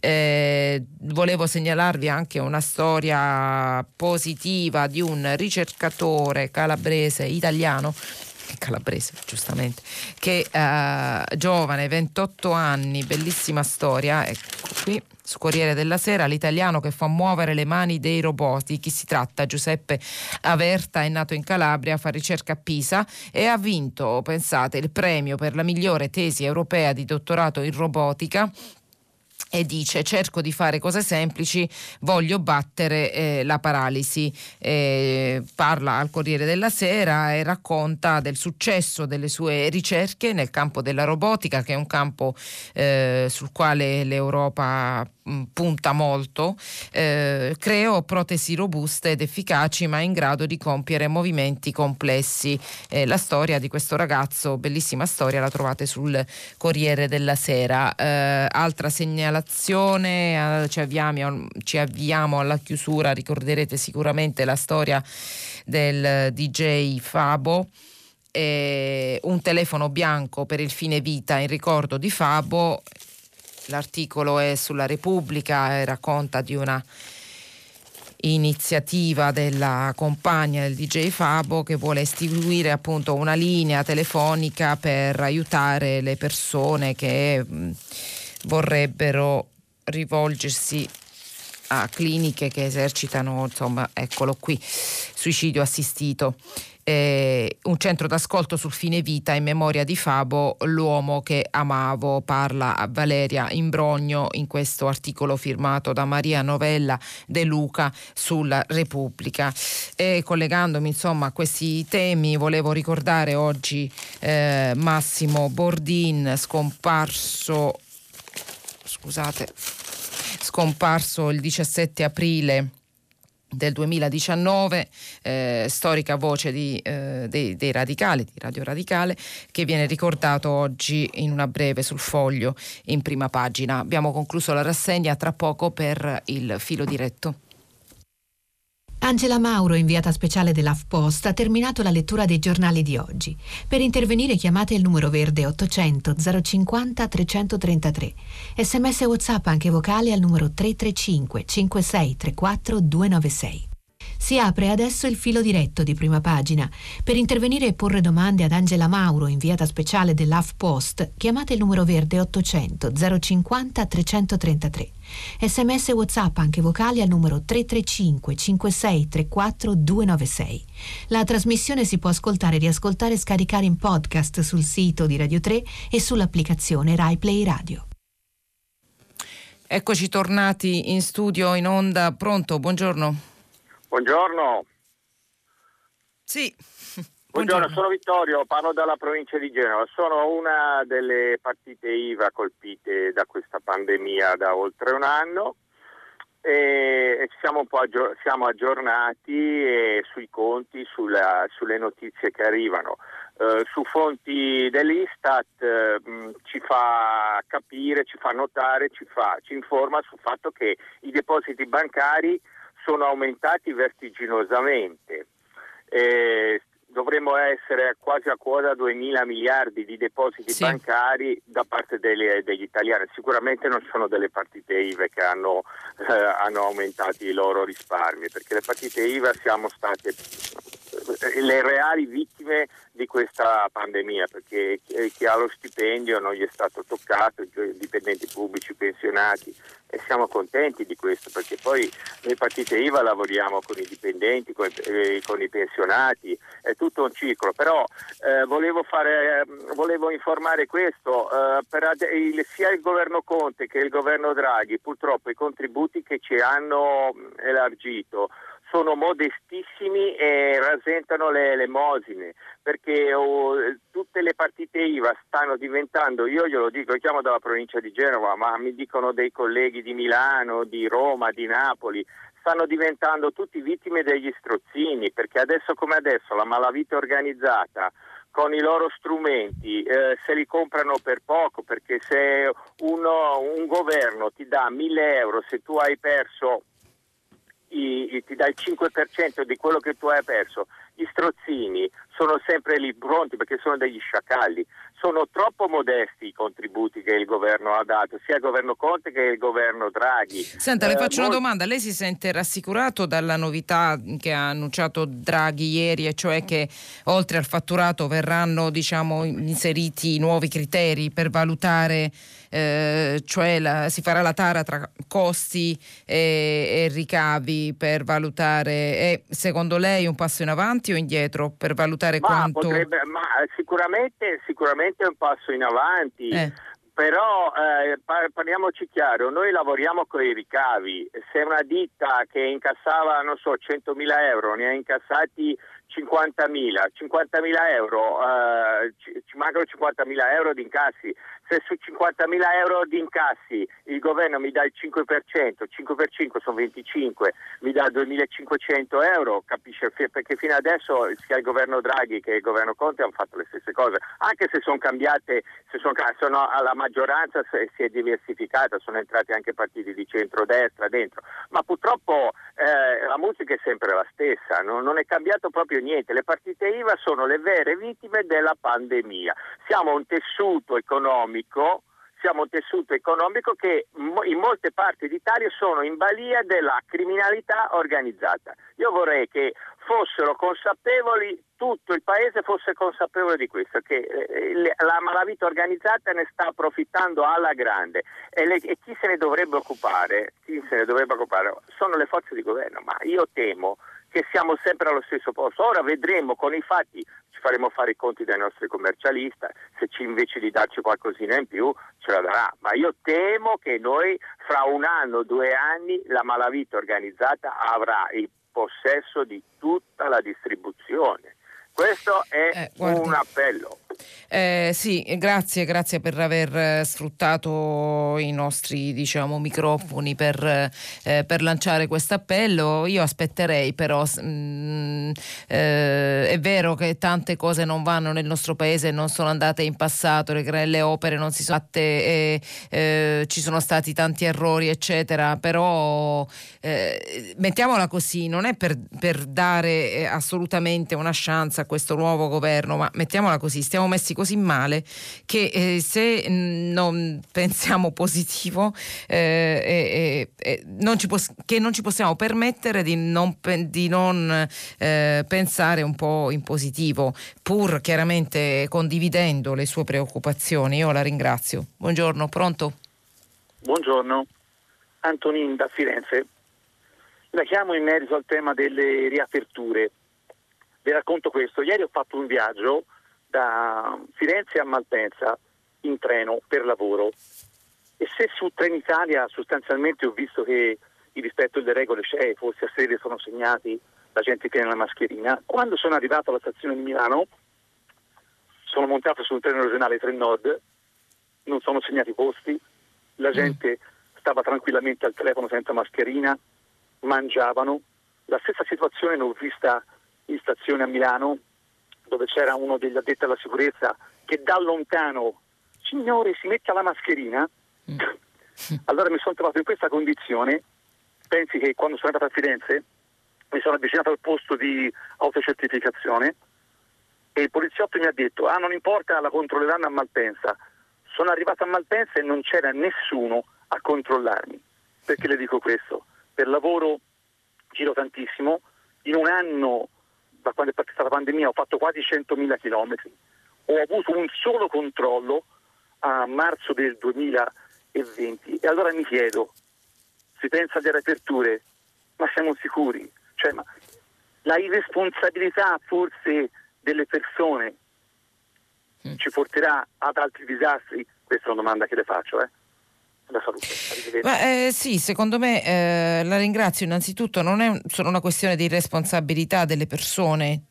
Eh, volevo segnalarvi anche una storia positiva di un ricercatore calabrese italiano, calabrese giustamente, che uh, giovane, ventotto anni, bellissima storia, ecco qui su Corriere della Sera, l'italiano che fa muovere le mani dei robot. Di chi si tratta? Giuseppe Averta è nato in Calabria, fa ricerca a Pisa e ha vinto, pensate, il premio per la migliore tesi europea di dottorato in robotica. E dice: cerco di fare cose semplici, voglio battere eh, la paralisi. Eh, parla al Corriere della Sera e racconta del successo delle sue ricerche nel campo della robotica, che è un campo eh, sul quale l'Europa mh, punta molto. Eh, creo protesi robuste ed efficaci, ma in grado di compiere movimenti complessi. Eh, la storia di questo ragazzo, bellissima storia, la trovate sul Corriere della Sera. Eh, altra segnalazione, ci avviamo, ci avviamo alla chiusura. Ricorderete sicuramente la storia del D J Fabo, eh, un telefono bianco per il fine vita in ricordo di Fabo. L'articolo è sulla Repubblica e racconta di una iniziativa della compagna del D J Fabo che vuole istituire appunto una linea telefonica per aiutare le persone che mh, vorrebbero rivolgersi a cliniche che esercitano, insomma, eccolo qui, suicidio assistito. Eh, un centro d'ascolto sul fine vita in memoria di Fabo, l'uomo che amavo, parla a Valeria Imbrogno in questo articolo firmato da Maria Novella De Luca sulla Repubblica. E collegandomi insomma a questi temi, volevo ricordare oggi eh, Massimo Bordin, scomparso scusate scomparso il diciassette aprile del duemiladiciannove, eh, storica voce di, eh, dei, dei radicali, di Radio Radicale, che viene ricordato oggi in una breve sul Foglio in prima pagina. Abbiamo concluso la rassegna, tra poco per il filo diretto. Angela Mauro, inviata speciale dell'AfPost, ha terminato la lettura dei giornali di oggi. Per intervenire chiamate il numero verde ottocento zero cinquanta trecentotrentatré. Sms e WhatsApp anche vocale al numero tre tre cinque cinque sei tre quattro due nove sei. Si apre adesso il filo diretto di Prima Pagina. Per intervenire e porre domande ad Angela Mauro, inviata speciale dell'HuffPost, chiamate il numero verde ottocento zero cinquanta trecentotrentatré. Sms e WhatsApp anche vocali al numero tre tre cinque cinque sei tre quattro due nove sei. La trasmissione si può ascoltare, riascoltare e scaricare in podcast sul sito di Radio tre e sull'applicazione Rai Play Radio. Eccoci tornati in studio, in onda. Pronto? Buongiorno. Buongiorno. Sì. Buongiorno. Buongiorno, sono Vittorio, parlo dalla provincia di Genova. Sono una delle partite I V A colpite da questa pandemia da oltre un anno e siamo un po' aggior- siamo aggiornati eh, sui conti, sulla, sulle notizie che arrivano. Uh, su fonti dell'Istat uh, ci fa capire, ci fa notare, ci, fa, ci informa sul fatto che i depositi bancari sono aumentati vertiginosamente. Eh, dovremmo essere quasi a quota duemila miliardi di depositi sì. bancari da parte delle, degli italiani. Sicuramente non sono delle partite I V A che hanno, eh, hanno aumentato i loro risparmi, perché le partite I V A siamo state le reali vittime di questa pandemia, perché chi ha lo stipendio non gli è stato toccato, i dipendenti pubblici, pensionati, e siamo contenti di questo, perché poi noi partite I V A lavoriamo con i dipendenti, con, eh, con i pensionati, è tutto un ciclo. Però eh, volevo fare, volevo informare questo, eh, per ade- il, sia il governo Conte che il governo Draghi, purtroppo i contributi che ci hanno elargito sono modestissimi e rasentano le elemosine, perché oh, tutte le partite I V A stanno diventando, io glielo dico, io chiamo dalla provincia di Genova, ma mi dicono dei colleghi di Milano, di Roma, di Napoli, stanno diventando tutti vittime degli strozzini, perché adesso come adesso la malavita organizzata con i loro strumenti eh, se li comprano per poco, perché se uno, un governo ti dà mille euro, se tu hai perso I, ti dà il cinque per cento di quello che tu hai perso, gli strozzini sono sempre lì pronti, perché sono degli sciacalli. Sono troppo modesti i contributi che il governo ha dato, sia il governo Conte che il governo Draghi. Senta, le eh, faccio molti... una domanda. Lei si sente rassicurato dalla novità che ha annunciato Draghi ieri, e cioè che oltre al fatturato verranno, diciamo, inseriti nuovi criteri per valutare, eh, cioè la, si farà la tara tra costi e, e ricavi per valutare? È secondo lei un passo in avanti o indietro per valutare ma quanto? Potrebbe, ma sicuramente, sicuramente è un passo in avanti. Eh. Però eh, parliamoci chiaro, noi lavoriamo con i ricavi. Se una ditta che incassava, non so, centomila euro, ne ha incassati cinquantamila, cinquantamila euro, eh, ci, ci mancano cinquantamila euro di incassi. Se su cinquantamila euro di incassi il governo mi dà il cinque per cento, cinque per cinque sono venticinque, mi dà duemilacinquecento euro, capisce? Perché fino adesso sia il governo Draghi che il governo Conte hanno fatto le stesse cose, anche se sono cambiate, se sono, sono alla maggioranza si è diversificata, sono entrati anche partiti di centrodestra dentro, ma purtroppo eh, la musica è sempre la stessa, non, non è cambiato proprio niente. Le partite I V A sono le vere vittime della pandemia. Siamo un tessuto economico Siamo un tessuto economico che in molte parti d'Italia sono in balia della criminalità organizzata. Io vorrei che fossero consapevoli, tutto il paese fosse consapevole di questo, che la malavita organizzata ne sta approfittando alla grande e, le, e chi se ne dovrebbe occupare, chi se ne dovrebbe occupare sono le forze di governo, ma io temo che siamo sempre allo stesso posto. Ora vedremo con i fatti, ci faremo fare i conti dai nostri commercialisti, se ci, invece di darci qualcosina in più ce la darà, ma io temo che noi fra un anno, due anni la malavita organizzata avrà il possesso di tutta la distribuzione. Questo è eh, un appello. Eh, sì, grazie, grazie per aver sfruttato i nostri, diciamo, microfoni per, eh, per lanciare questo appello. Io aspetterei però, mh, eh, è vero che tante cose non vanno nel nostro paese e non sono andate in passato, le, le opere non si sono fatte, e, eh, ci sono stati tanti errori eccetera, però eh, mettiamola così, non è per, per dare assolutamente una chance a questo nuovo governo, ma mettiamola così, stiamo messi così male che eh, se non pensiamo positivo eh, eh, eh, non ci pos- che non ci possiamo permettere di non, di non eh, pensare un po' in positivo, pur chiaramente condividendo le sue preoccupazioni. Io la ringrazio. Buongiorno, pronto? Buongiorno, Antonin da Firenze. La chiamo in merito al tema delle riaperture. Vi racconto questo. Ieri ho fatto un viaggio da Firenze a Malpensa in treno per lavoro e se su Trenitalia sostanzialmente ho visto che il rispetto delle regole c'è, forse a sede sono segnati, la gente tiene la mascherina, quando sono arrivato alla stazione di Milano sono montato sul treno regionale Trenord, non sono segnati i posti, la gente stava tranquillamente al telefono senza mascherina, mangiavano. La stessa situazione l'ho vista in stazione a Milano, dove c'era uno degli addetti alla sicurezza che da lontano, signore, si metta la mascherina. Allora mi sono trovato in questa condizione. Pensi che quando sono andato a Firenze mi sono avvicinato al posto di autocertificazione e il poliziotto mi ha detto: ah, non importa, la controlleranno a Malpensa. Sono arrivato a Malpensa e non c'era nessuno a controllarmi. Perché le dico questo? Per lavoro giro tantissimo, in un anno, da quando è partita la pandemia, ho fatto quasi centomila chilometri, ho avuto un solo controllo a marzo del duemilaventi e allora mi chiedo, si pensa alle riaperture, ma siamo sicuri? Cioè, ma la irresponsabilità forse delle persone ci porterà ad altri disastri? Questa è una domanda che le faccio, eh. La salute. Ma, eh, sì, secondo me eh, la ringrazio. Innanzitutto non è un, solo una questione di responsabilità delle persone.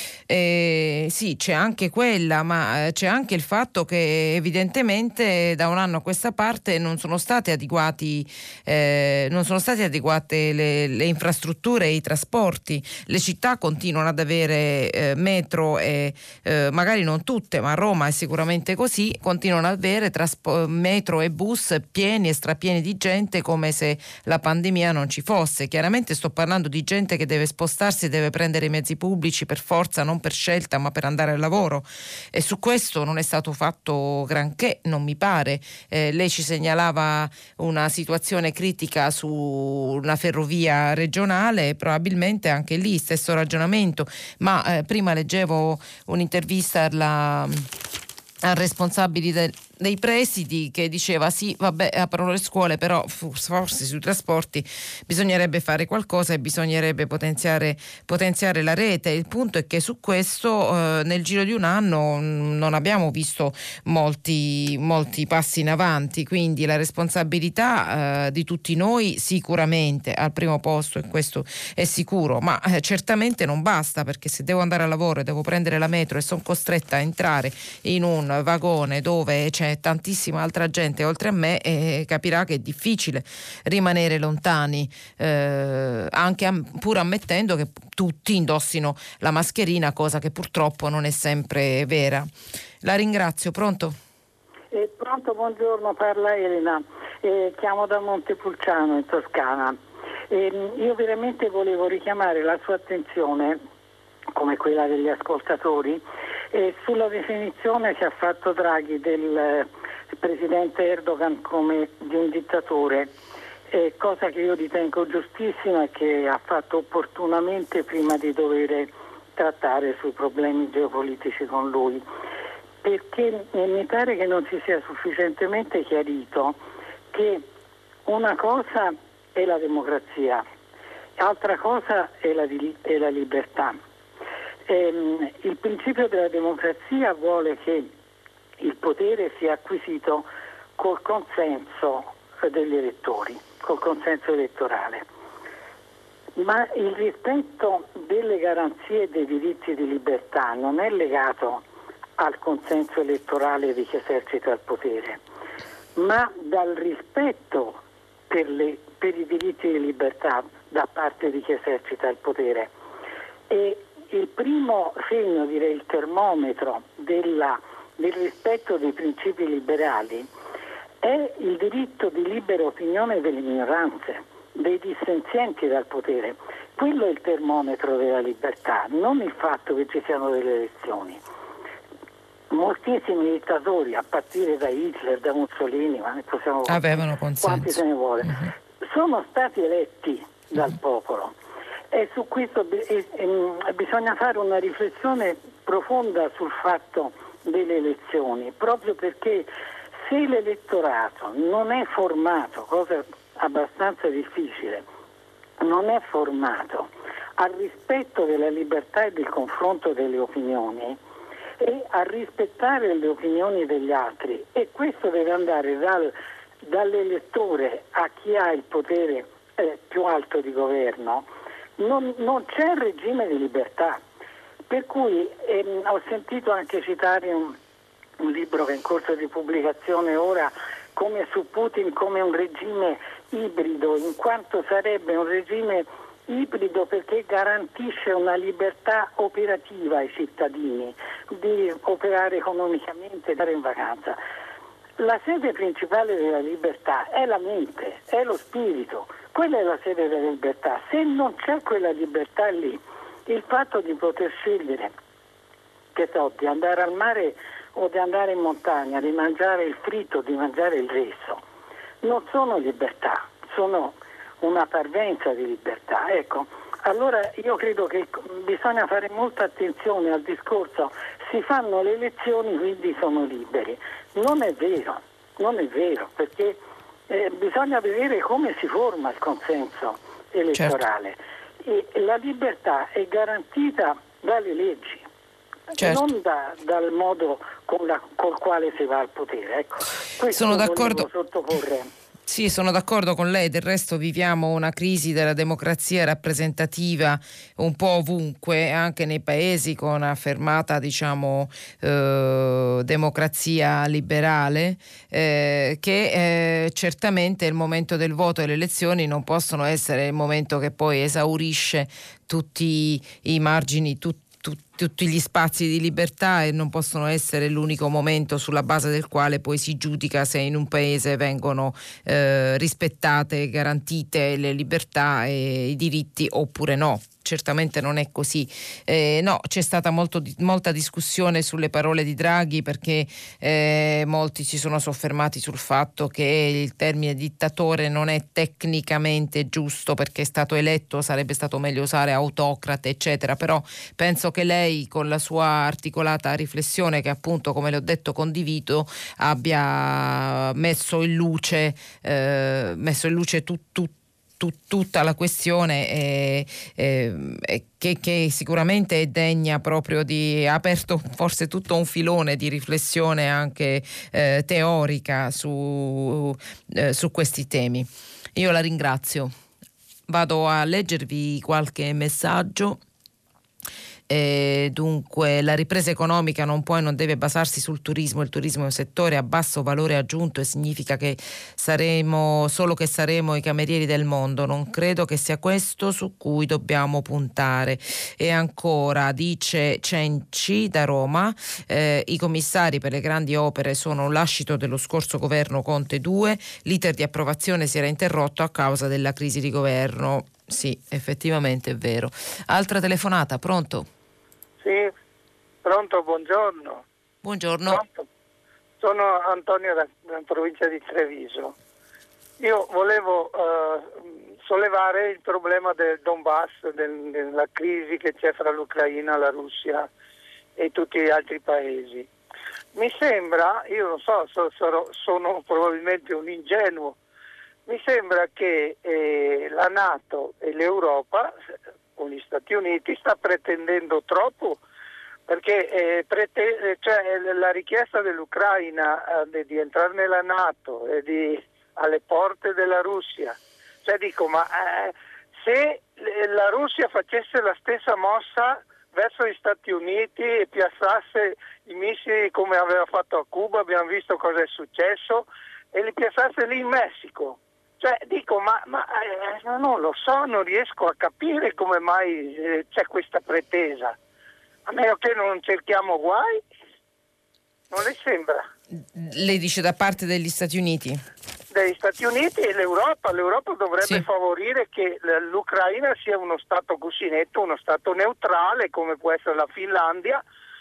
Eh, sì, c'è anche quella, ma c'è anche il fatto che evidentemente da un anno a questa parte non sono state adeguati, eh, non sono state adeguate le, le infrastrutture e i trasporti. Le città continuano ad avere eh, metro e eh, magari non tutte, ma a Roma è sicuramente così, continuano ad avere traspo- metro e bus pieni e strapieni di gente come se la pandemia non ci fosse. Chiaramente sto parlando di gente che deve spostarsi, deve prendere i mezzi pubblici per forza, non per scelta, ma per andare al lavoro, e su questo non è stato fatto granché, non mi pare. Eh, lei ci segnalava una situazione critica su una ferrovia regionale, probabilmente anche lì stesso ragionamento, ma eh, prima leggevo un'intervista alla, al responsabile del dei presidi che diceva sì, vabbè, aprono le scuole, però forse sui trasporti bisognerebbe fare qualcosa e bisognerebbe potenziare, potenziare la rete. Il punto è che su questo eh, nel giro di un anno non abbiamo visto molti, molti passi in avanti, quindi la responsabilità eh, di tutti noi sicuramente al primo posto, e questo è sicuro, ma eh, certamente non basta, perché se devo andare al lavoro e devo prendere la metro e sono costretta a entrare in un vagone dove c'è tantissima altra gente oltre a me, e capirà che è difficile rimanere lontani, eh, anche am- pur ammettendo che tutti indossino la mascherina, cosa che purtroppo non è sempre vera. La ringrazio. Pronto? Eh, pronto, buongiorno, parla Elena, eh, chiamo da Montepulciano in Toscana. Eh, io veramente volevo richiamare la sua attenzione, come quella degli ascoltatori, e sulla definizione che ha fatto Draghi del eh, presidente Erdogan come di un dittatore, eh, cosa che io ritengo giustissima e che ha fatto opportunamente prima di dover trattare sui problemi geopolitici con lui, perché eh, mi pare che non si sia sufficientemente chiarito che una cosa è la democrazia, altra cosa è la, è la libertà. Eh, il principio della democrazia vuole che il potere sia acquisito col consenso degli elettori, col consenso elettorale, ma il rispetto delle garanzie e dei diritti di libertà non è legato al consenso elettorale di chi esercita il potere, ma dal rispetto per, le, per i diritti di libertà da parte di chi esercita il potere. E il primo segno, direi il termometro della, del rispetto dei principi liberali è il diritto di libera opinione delle minoranze, dei dissenzienti dal potere. Quello è il termometro della libertà, non il fatto che ci siano delle elezioni. moltissimi dittatori, a partire da Hitler, da Mussolini, ma ne possiamo avevano consenso. Quanti se ne vuole, uh-huh. sono stati eletti dal popolo. E su questo eh, eh, bisogna fare una riflessione profonda sul fatto delle elezioni, proprio perché se l'elettorato non è formato, cosa abbastanza difficile, non è formato al rispetto della libertà e del confronto delle opinioni e a rispettare le opinioni degli altri, e questo deve andare dal, dall'elettore a chi ha il potere eh, più alto di governo, non, non c'è regime di libertà. Per cui ehm, ho sentito anche citare un, un libro che è in corso di pubblicazione ora, come su Putin, come un regime ibrido, in quanto sarebbe un regime ibrido perché garantisce una libertà operativa ai cittadini di operare economicamente, di andare in vacanza. La sede principale della libertà è la mente, è lo spirito, quella è la sede della libertà. Se non c'è quella libertà lì, il fatto di poter scegliere, che so, di andare al mare o di andare in montagna, di mangiare il fritto, di mangiare il resto, non sono libertà, sono una parvenza di libertà. Ecco, allora io credo che bisogna fare molta attenzione al discorso si fanno le elezioni quindi sono liberi. Non è vero, non è vero, perché eh, bisogna vedere come si forma il consenso elettorale. Certo. E la libertà è garantita dalle leggi. Certo. Non da, dal modo con la, col quale si va al potere. Ecco, questo sono d'accordo. Sottoporre. Sì, sono d'accordo con lei, del resto viviamo una crisi della democrazia rappresentativa un po' ovunque, anche nei paesi con affermata, diciamo, eh, democrazia liberale, eh, che eh, certamente il momento del voto e le elezioni non possono essere il momento che poi esaurisce tutti i margini, tutti tutti gli spazi di libertà, e non possono essere l'unico momento sulla base del quale poi si giudica se in un paese vengono eh, rispettate, garantite le libertà e i diritti oppure no. Certamente non è così. Eh, no, c'è stata molto, molta discussione sulle parole di Draghi, perché eh, molti si sono soffermati sul fatto che il termine dittatore non è tecnicamente giusto perché è stato eletto, sarebbe stato meglio usare autocrate, eccetera. Però penso che lei, con la sua articolata riflessione, che appunto, come le ho detto, condivido, abbia messo in luce eh, messo in luce tutto tutta la questione eh, eh, che, che sicuramente è degna proprio di ha aperto forse tutto un filone di riflessione anche eh, teorica su, eh, su questi temi. Io la ringrazio. Vado a leggervi qualche messaggio. Eh, dunque, la ripresa economica non può e non deve basarsi sul turismo. Il turismo è un settore a basso valore aggiunto e significa che saremo solo che saremo i camerieri del mondo. Non credo che sia questo su cui dobbiamo puntare. E ancora, dice Cenci da Roma, eh, i commissari per le grandi opere sono un lascito dello scorso governo Conte due, l'iter di approvazione si era interrotto a causa della crisi di governo. Sì, effettivamente è vero. Altra telefonata, pronto? Sì, pronto, buongiorno. Buongiorno. Pronto? Sono Antonio da, da provincia di Treviso. Io volevo uh, sollevare il problema del Donbass, del, della crisi che c'è fra l'Ucraina, la Russia e tutti gli altri paesi. Mi sembra, io non so, so, so sono probabilmente un ingenuo, mi sembra che eh, la NATO e l'Europa con gli Stati Uniti sta pretendendo troppo, perché eh, prete- cioè, la richiesta dell'Ucraina eh, di entrare nella NATO e di, alle porte della Russia, cioè dico, ma eh, se la Russia facesse la stessa mossa verso gli Stati Uniti e piazzasse i missili come aveva fatto a Cuba, abbiamo visto cosa è successo, e li piazzasse lì in Messico. Cioè dico, ma, ma eh, non lo so, non riesco a capire come mai eh, c'è questa pretesa. A meno che non cerchiamo guai, non le sembra? Lei dice da parte degli Stati Uniti? Degli Stati Uniti e l'Europa. L'Europa dovrebbe sì. favorire che l'Ucraina sia uno stato cuscinetto, uno stato neutrale, come può essere la Finlandia,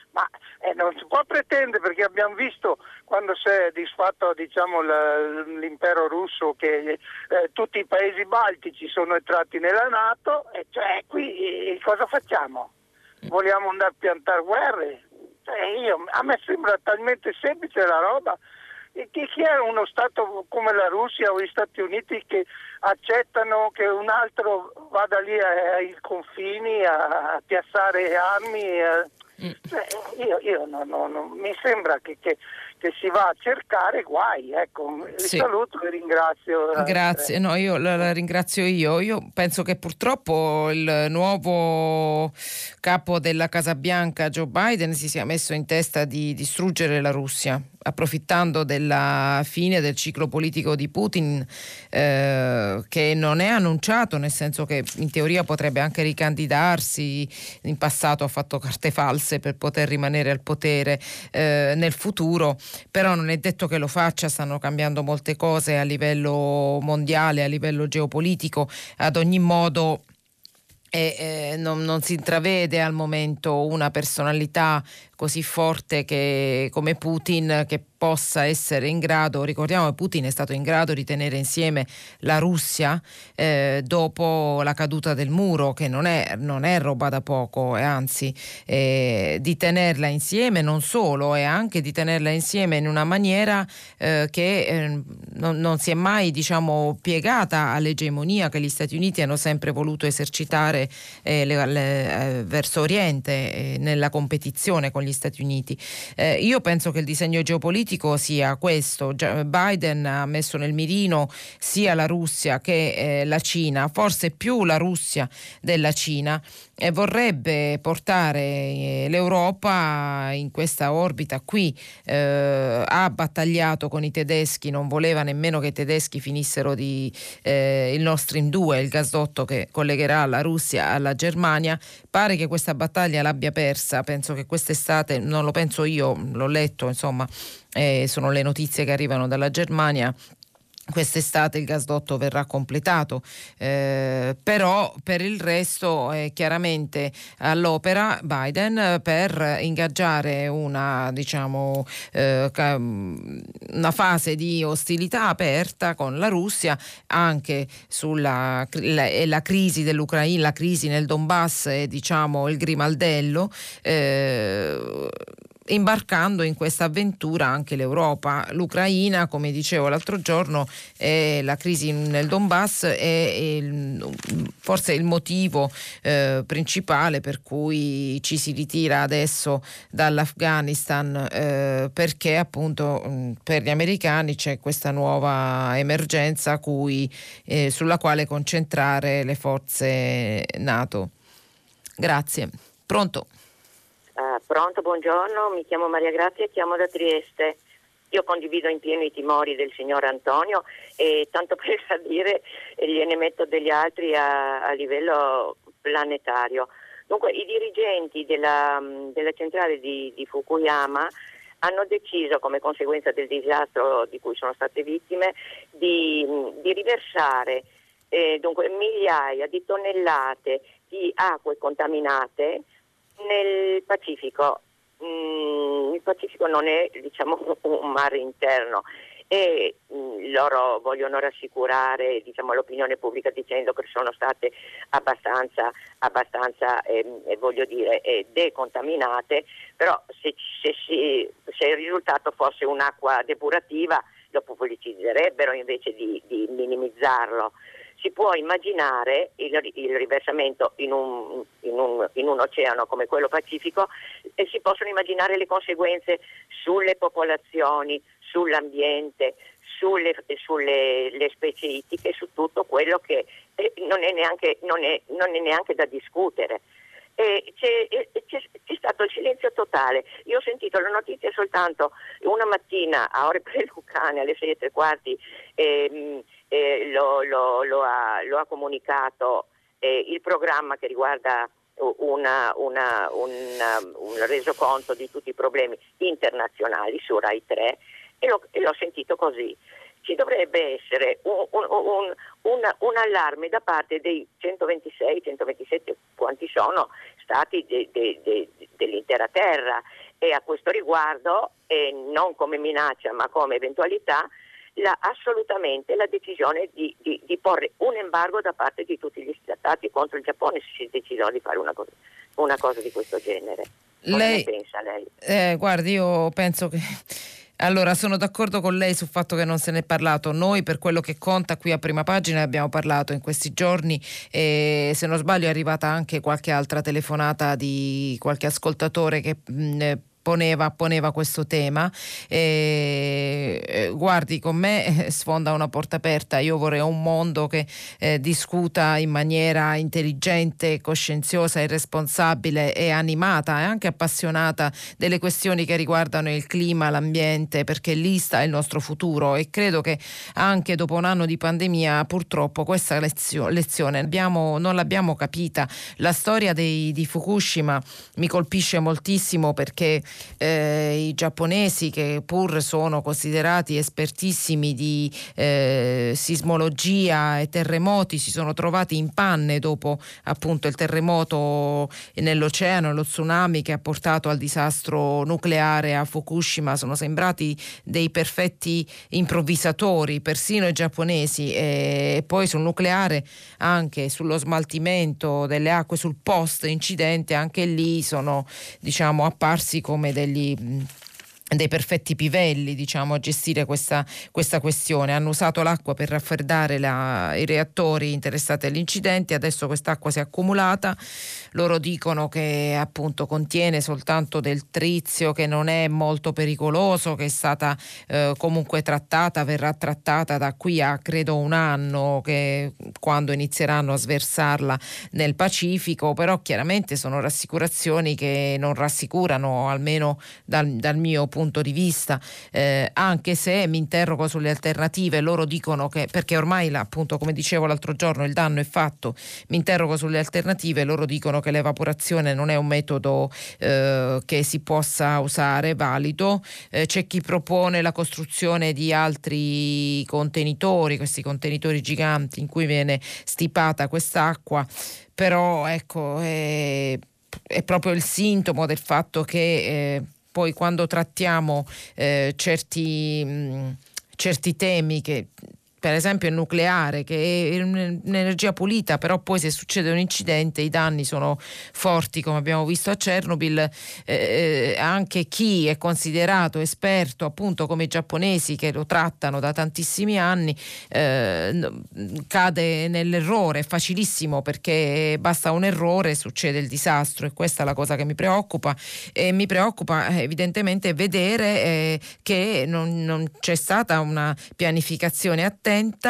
Ma eh, non si può pretendere, perché abbiamo visto quando si è disfatto, diciamo, l'impero russo, che eh, tutti i paesi baltici sono entrati nella NATO, e cioè qui eh, cosa facciamo? Vogliamo andare a piantare guerre? Cioè, io, a me sembra talmente semplice la roba. E chi, chi è uno Stato come la Russia o gli Stati Uniti che accettano che un altro vada lì ai confini a, a piazzare armi? A, cioè, io io no, no, no, mi sembra che, che, che si va a cercare guai. Ecco, sì. Vi saluto e ringrazio. Grazie, no, io la, la ringrazio io. Io penso che purtroppo il nuovo capo della Casa Bianca, Joe Biden, si sia messo in testa di distruggere la Russia, approfittando della fine del ciclo politico di Putin, eh, che non è annunciato, nel senso che in teoria potrebbe anche ricandidarsi. In passato ha fatto carte false per poter rimanere al potere eh, nel futuro, però non è detto che lo faccia. Stanno cambiando molte cose a livello mondiale, a livello geopolitico. Ad ogni modo E eh, non, non si intravede al momento una personalità così forte che, come Putin, che possa essere in grado, ricordiamo che Putin è stato in grado di tenere insieme la Russia eh, dopo la caduta del muro, che non è, non è roba da poco, e anzi eh, di tenerla insieme, non solo, e anche di tenerla insieme in una maniera eh, che eh, non, non si è mai, diciamo, piegata all'egemonia che gli Stati Uniti hanno sempre voluto esercitare eh, le, le, eh, verso Oriente, eh, nella competizione con gli Stati Uniti. Eh, io penso che il disegno geopolitico sia questo. Biden ha messo nel mirino sia la Russia che eh, la Cina, forse più la Russia della Cina, e vorrebbe portare eh, l'Europa in questa orbita qui. Eh, ha battagliato con i tedeschi, non voleva nemmeno che i tedeschi finissero di eh, il Nord Stream due, il gasdotto che collegherà la Russia alla Germania. Pare che questa battaglia l'abbia persa. Penso che quest'estate, non lo penso io, l'ho letto, insomma, eh, sono le notizie che arrivano dalla Germania, quest'estate il gasdotto verrà completato, eh, però per il resto è chiaramente all'opera Biden per ingaggiare una, diciamo, eh, una fase di ostilità aperta con la Russia, anche sulla la, la crisi dell'Ucraina, la crisi nel Donbass è, diciamo, il grimaldello, eh, imbarcando in questa avventura anche l'Europa. L'Ucraina, come dicevo l'altro giorno, è la crisi nel Donbass è, è forse il motivo eh, principale per cui ci si ritira adesso dall'Afghanistan, eh, perché appunto mh, per gli americani c'è questa nuova emergenza cui, eh, sulla quale concentrare le forze NATO. Grazie. Pronto? Uh, pronto, buongiorno, mi chiamo Maria Grazia e chiamo da Trieste. Io condivido in pieno i timori del signor Antonio e tanto per dire gliene metto degli altri a, a livello planetario. Dunque, i dirigenti della, della centrale di, di Fukuyama hanno deciso, come conseguenza del disastro di cui sono state vittime, di, di riversare eh, dunque, migliaia di tonnellate di acque contaminate nel Pacifico. Mm, il Pacifico non è, diciamo, un mare interno e mm, loro vogliono rassicurare, diciamo, l'opinione pubblica dicendo che sono state abbastanza, abbastanza eh, voglio dire, eh, decontaminate, però se, se, se, se il risultato fosse un'acqua depurativa lo pubblicizzerebbero invece di, di minimizzarlo. Si può immaginare il, il riversamento in un, in, un, in un oceano come quello Pacifico e si possono immaginare le conseguenze sulle popolazioni, sull'ambiente, sulle, sulle le specie ittiche, su tutto quello che eh, non, è neanche, non, è, non è neanche da discutere. E c'è, c'è, c'è stato il silenzio totale. Io ho sentito la notizia soltanto una mattina a ore prelucane alle sei e tre quarti. Ehm, Eh, lo, lo, lo, ha, lo ha comunicato eh, il programma che riguarda una, una, una, un resoconto di tutti i problemi internazionali su Rai tre e, lo, e l'ho sentito così. Ci dovrebbe essere un, un, un, un, un allarme da parte dei centoventisei centoventisette, quanti sono, stati de, de, de, dell'intera terra, e a questo riguardo, e non come minaccia ma come eventualità, la, assolutamente la decisione di, di, di porre un embargo da parte di tutti gli stati contro il Giappone, se si decidono di fare una cosa, una cosa di questo genere. Cosa lei, ne pensa lei? Eh, guardi, io penso che... Allora, sono d'accordo con lei sul fatto che non se ne è parlato. Noi, per quello che conta, qui a Prima Pagina abbiamo parlato in questi giorni, e se non sbaglio è arrivata anche qualche altra telefonata di qualche ascoltatore che mh, Poneva, poneva questo tema. Eh, guardi, con me sfonda una porta aperta. Io vorrei un mondo che eh, discuta in maniera intelligente, coscienziosa e responsabile e animata e anche appassionata delle questioni che riguardano il clima, l'ambiente, perché lì sta il nostro futuro, e credo che anche dopo un anno di pandemia purtroppo questa lezio- lezione abbiamo, non l'abbiamo capita. La storia dei, di Fukushima mi colpisce moltissimo, perché Eh, i giapponesi, che pur sono considerati espertissimi di eh, sismologia e terremoti, si sono trovati in panne dopo appunto il terremoto nell'oceano, lo tsunami che ha portato al disastro nucleare a Fukushima. Sono sembrati dei perfetti improvvisatori, persino i giapponesi, e poi sul nucleare, anche sullo smaltimento delle acque, sul post incidente, anche lì sono, diciamo, apparsi come degli dei perfetti pivelli, diciamo, a gestire questa, questa questione. Hanno usato l'acqua per raffreddare la, i reattori interessati all'incidente. Adesso quest'acqua si è accumulata. Loro dicono che appunto contiene soltanto del trizio, che non è molto pericoloso, che è stata eh, comunque trattata, verrà trattata da qui a credo un anno, che quando inizieranno a sversarla nel Pacifico. Però chiaramente sono rassicurazioni che non rassicurano, almeno dal, dal mio punto punto di vista, eh, anche se mi interrogo sulle alternative. Loro dicono che, perché ormai appunto, come dicevo l'altro giorno, il danno è fatto, mi interrogo sulle alternative. Loro dicono che l'evaporazione non è un metodo eh, che si possa usare, valido. Eh, c'è chi propone la costruzione di altri contenitori, questi contenitori giganti in cui viene stipata quest'acqua, però ecco, è, è proprio il sintomo del fatto che eh, poi quando trattiamo eh, certi, mh, certi temi, che per esempio il nucleare, che è un'energia pulita, però poi se succede un incidente i danni sono forti, come abbiamo visto a Chernobyl. Eh, anche chi è considerato esperto, appunto come i giapponesi, che lo trattano da tantissimi anni, eh, cade nell'errore. È facilissimo, perché basta un errore e succede il disastro, e questa è la cosa che mi preoccupa. E mi preoccupa evidentemente vedere eh, che non, non c'è stata una pianificazione attenta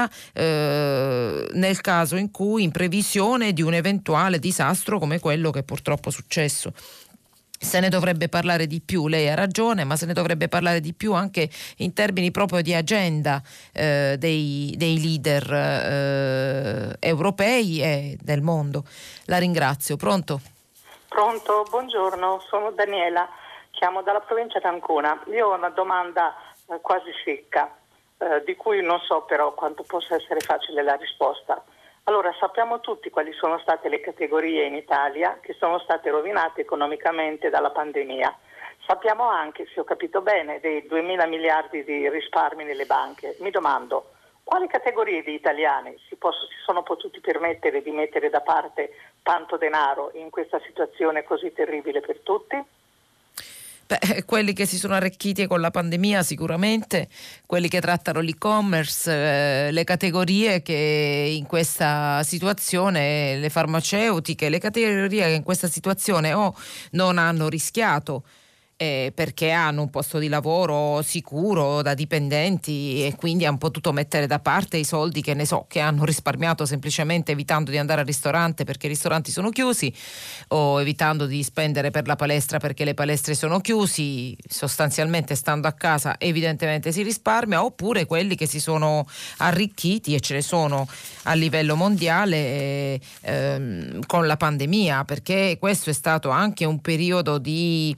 Eh, nel caso in cui, in previsione di un eventuale disastro come quello che purtroppo è successo. Se ne dovrebbe parlare di più, lei ha ragione, ma se ne dovrebbe parlare di più anche in termini proprio di agenda eh, dei, dei leader eh, europei e del mondo. La ringrazio. Pronto? Pronto, buongiorno, sono Daniela, chiamo dalla provincia d'Ancona. Io ho una domanda eh, quasi secca, Eh, di cui non so però quanto possa essere facile la risposta. Allora, sappiamo tutti quali sono state le categorie in Italia che sono state rovinate economicamente dalla pandemia. Sappiamo anche, se ho capito bene, dei duemila miliardi di risparmi nelle banche. Mi domando, quali categorie di italiani si, posso, si sono potuti permettere di mettere da parte tanto denaro in questa situazione così terribile per tutti? Beh, quelli che si sono arricchiti con la pandemia sicuramente, quelli che trattano l'e-commerce, eh, le categorie che in questa situazione, le farmaceutiche, le categorie che in questa situazione o non hanno rischiato eh, perché hanno un posto di lavoro sicuro da dipendenti, e quindi hanno potuto mettere da parte i soldi che ne so, che hanno risparmiato semplicemente evitando di andare al ristorante perché i ristoranti sono chiusi, o evitando di spendere per la palestra perché le palestre sono chiusi. Sostanzialmente, stando a casa, evidentemente si risparmia. Oppure quelli che si sono arricchiti, e ce ne sono a livello mondiale, eh, ehm, con la pandemia, perché questo è stato anche un periodo di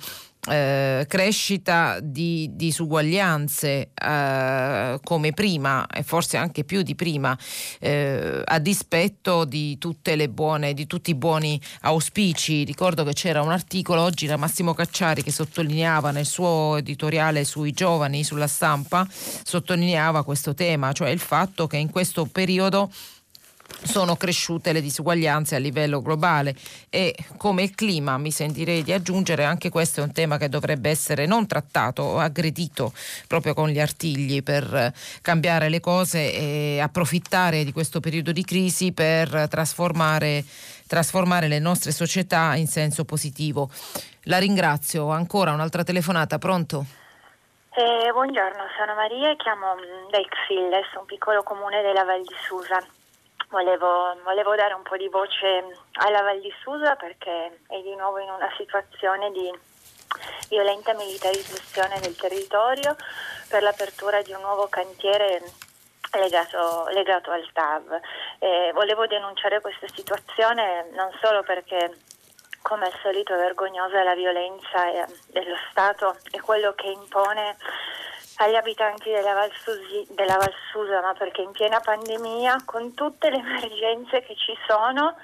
eh, crescita di disuguaglianze eh, come prima e forse anche più di prima, eh, a dispetto di tutte le buone, di tutti i buoni auspici. Ricordo che c'era un articolo oggi da Massimo Cacciari che sottolineava nel suo editoriale sui giovani sulla Stampa, sottolineava questo tema, cioè il fatto che in questo periodo sono cresciute le disuguaglianze a livello globale e come il clima, mi sentirei di aggiungere, anche questo è un tema che dovrebbe essere non trattato o aggredito proprio con gli artigli per cambiare le cose e approfittare di questo periodo di crisi per trasformare, trasformare le nostre società in senso positivo. La ringrazio. Ancora un'altra telefonata, pronto? Eh, buongiorno, sono Maria e chiamo da Ixilles, un piccolo comune della Val di Susa. Volevo, volevo dare un po' di voce alla Val di Susa perché è di nuovo in una situazione di violenta militarizzazione del territorio per l'apertura di un nuovo cantiere legato, legato al T A V. Eh, volevo denunciare questa situazione non solo perché, come al solito, è vergognosa la violenza eh, dello Stato e quello che impone agli abitanti della Val, Susi, della Val Susa, ma perché in piena pandemia, con tutte le emergenze che ci sono,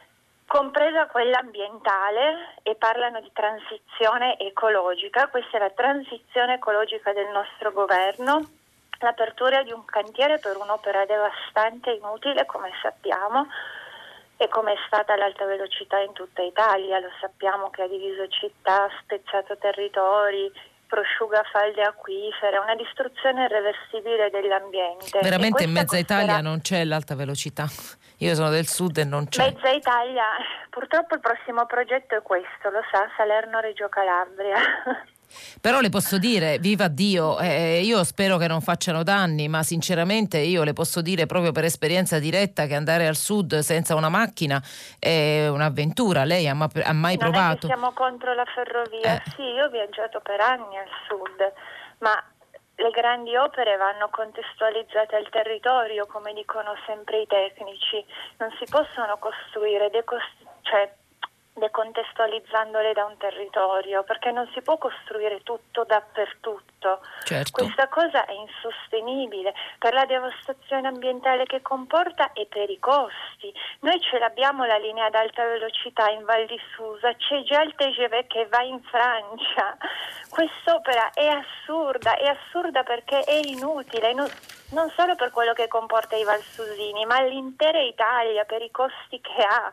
compresa quella ambientale, e parlano di transizione ecologica, questa è la transizione ecologica del nostro governo, l'apertura di un cantiere per un'opera devastante e inutile, come sappiamo, e come è stata l'alta velocità in tutta Italia. Lo sappiamo che ha diviso città, spezzato territori, prosciuga falde acquifere, una distruzione irreversibile dell'ambiente. Veramente in mezza costerà... Italia non c'è l'alta velocità. Io sono del sud e non c'è. Mezza Italia, purtroppo il prossimo progetto è questo, lo sa, Salerno-Reggio Calabria. Però le posso dire, viva Dio, eh, io spero che non facciano danni, ma sinceramente io le posso dire proprio per esperienza diretta che andare al sud senza una macchina è un'avventura. Lei ha, ma- ha mai non provato? Non è che siamo contro la ferrovia, eh. sì, io ho viaggiato per anni al sud, ma le grandi opere vanno contestualizzate al territorio, come dicono sempre i tecnici, non si possono costruire decost- cioè decontestualizzandole da un territorio, perché non si può costruire tutto dappertutto. Certo. Questa cosa è insostenibile per la devastazione ambientale che comporta e per i costi. Noi ce l'abbiamo la linea ad alta velocità in Val di Susa, c'è già il T G V che va in Francia. Quest'opera è assurda, è assurda perché è inutile, non, non solo per quello che comporta i valsusini, ma l'intera Italia per i costi che ha.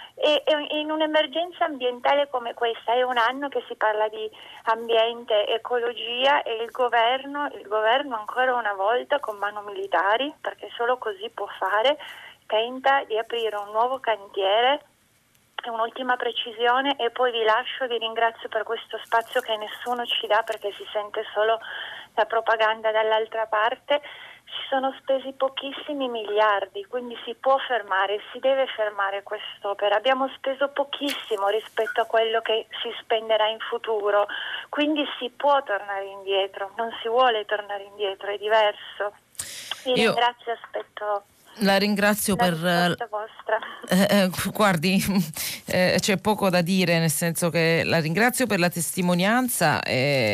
E in un'emergenza ambientale come questa è un anno che si parla di ambiente, ecologia, e il governo, il governo ancora una volta con mano militari, perché solo così può fare, tenta di aprire un nuovo cantiere. Un'ultima precisione e poi vi lascio, vi ringrazio per questo spazio che nessuno ci dà perché si sente solo la propaganda dall'altra parte. Si sono spesi pochissimi miliardi, quindi si può fermare, si deve fermare quest'opera. Abbiamo speso pochissimo rispetto a quello che si spenderà in futuro, quindi si può tornare indietro, non si vuole tornare indietro, è diverso. Vi Io... ringrazio, aspetto... La ringrazio la per vostra. Eh, eh, guardi, eh, c'è poco da dire, nel senso che la ringrazio per la testimonianza.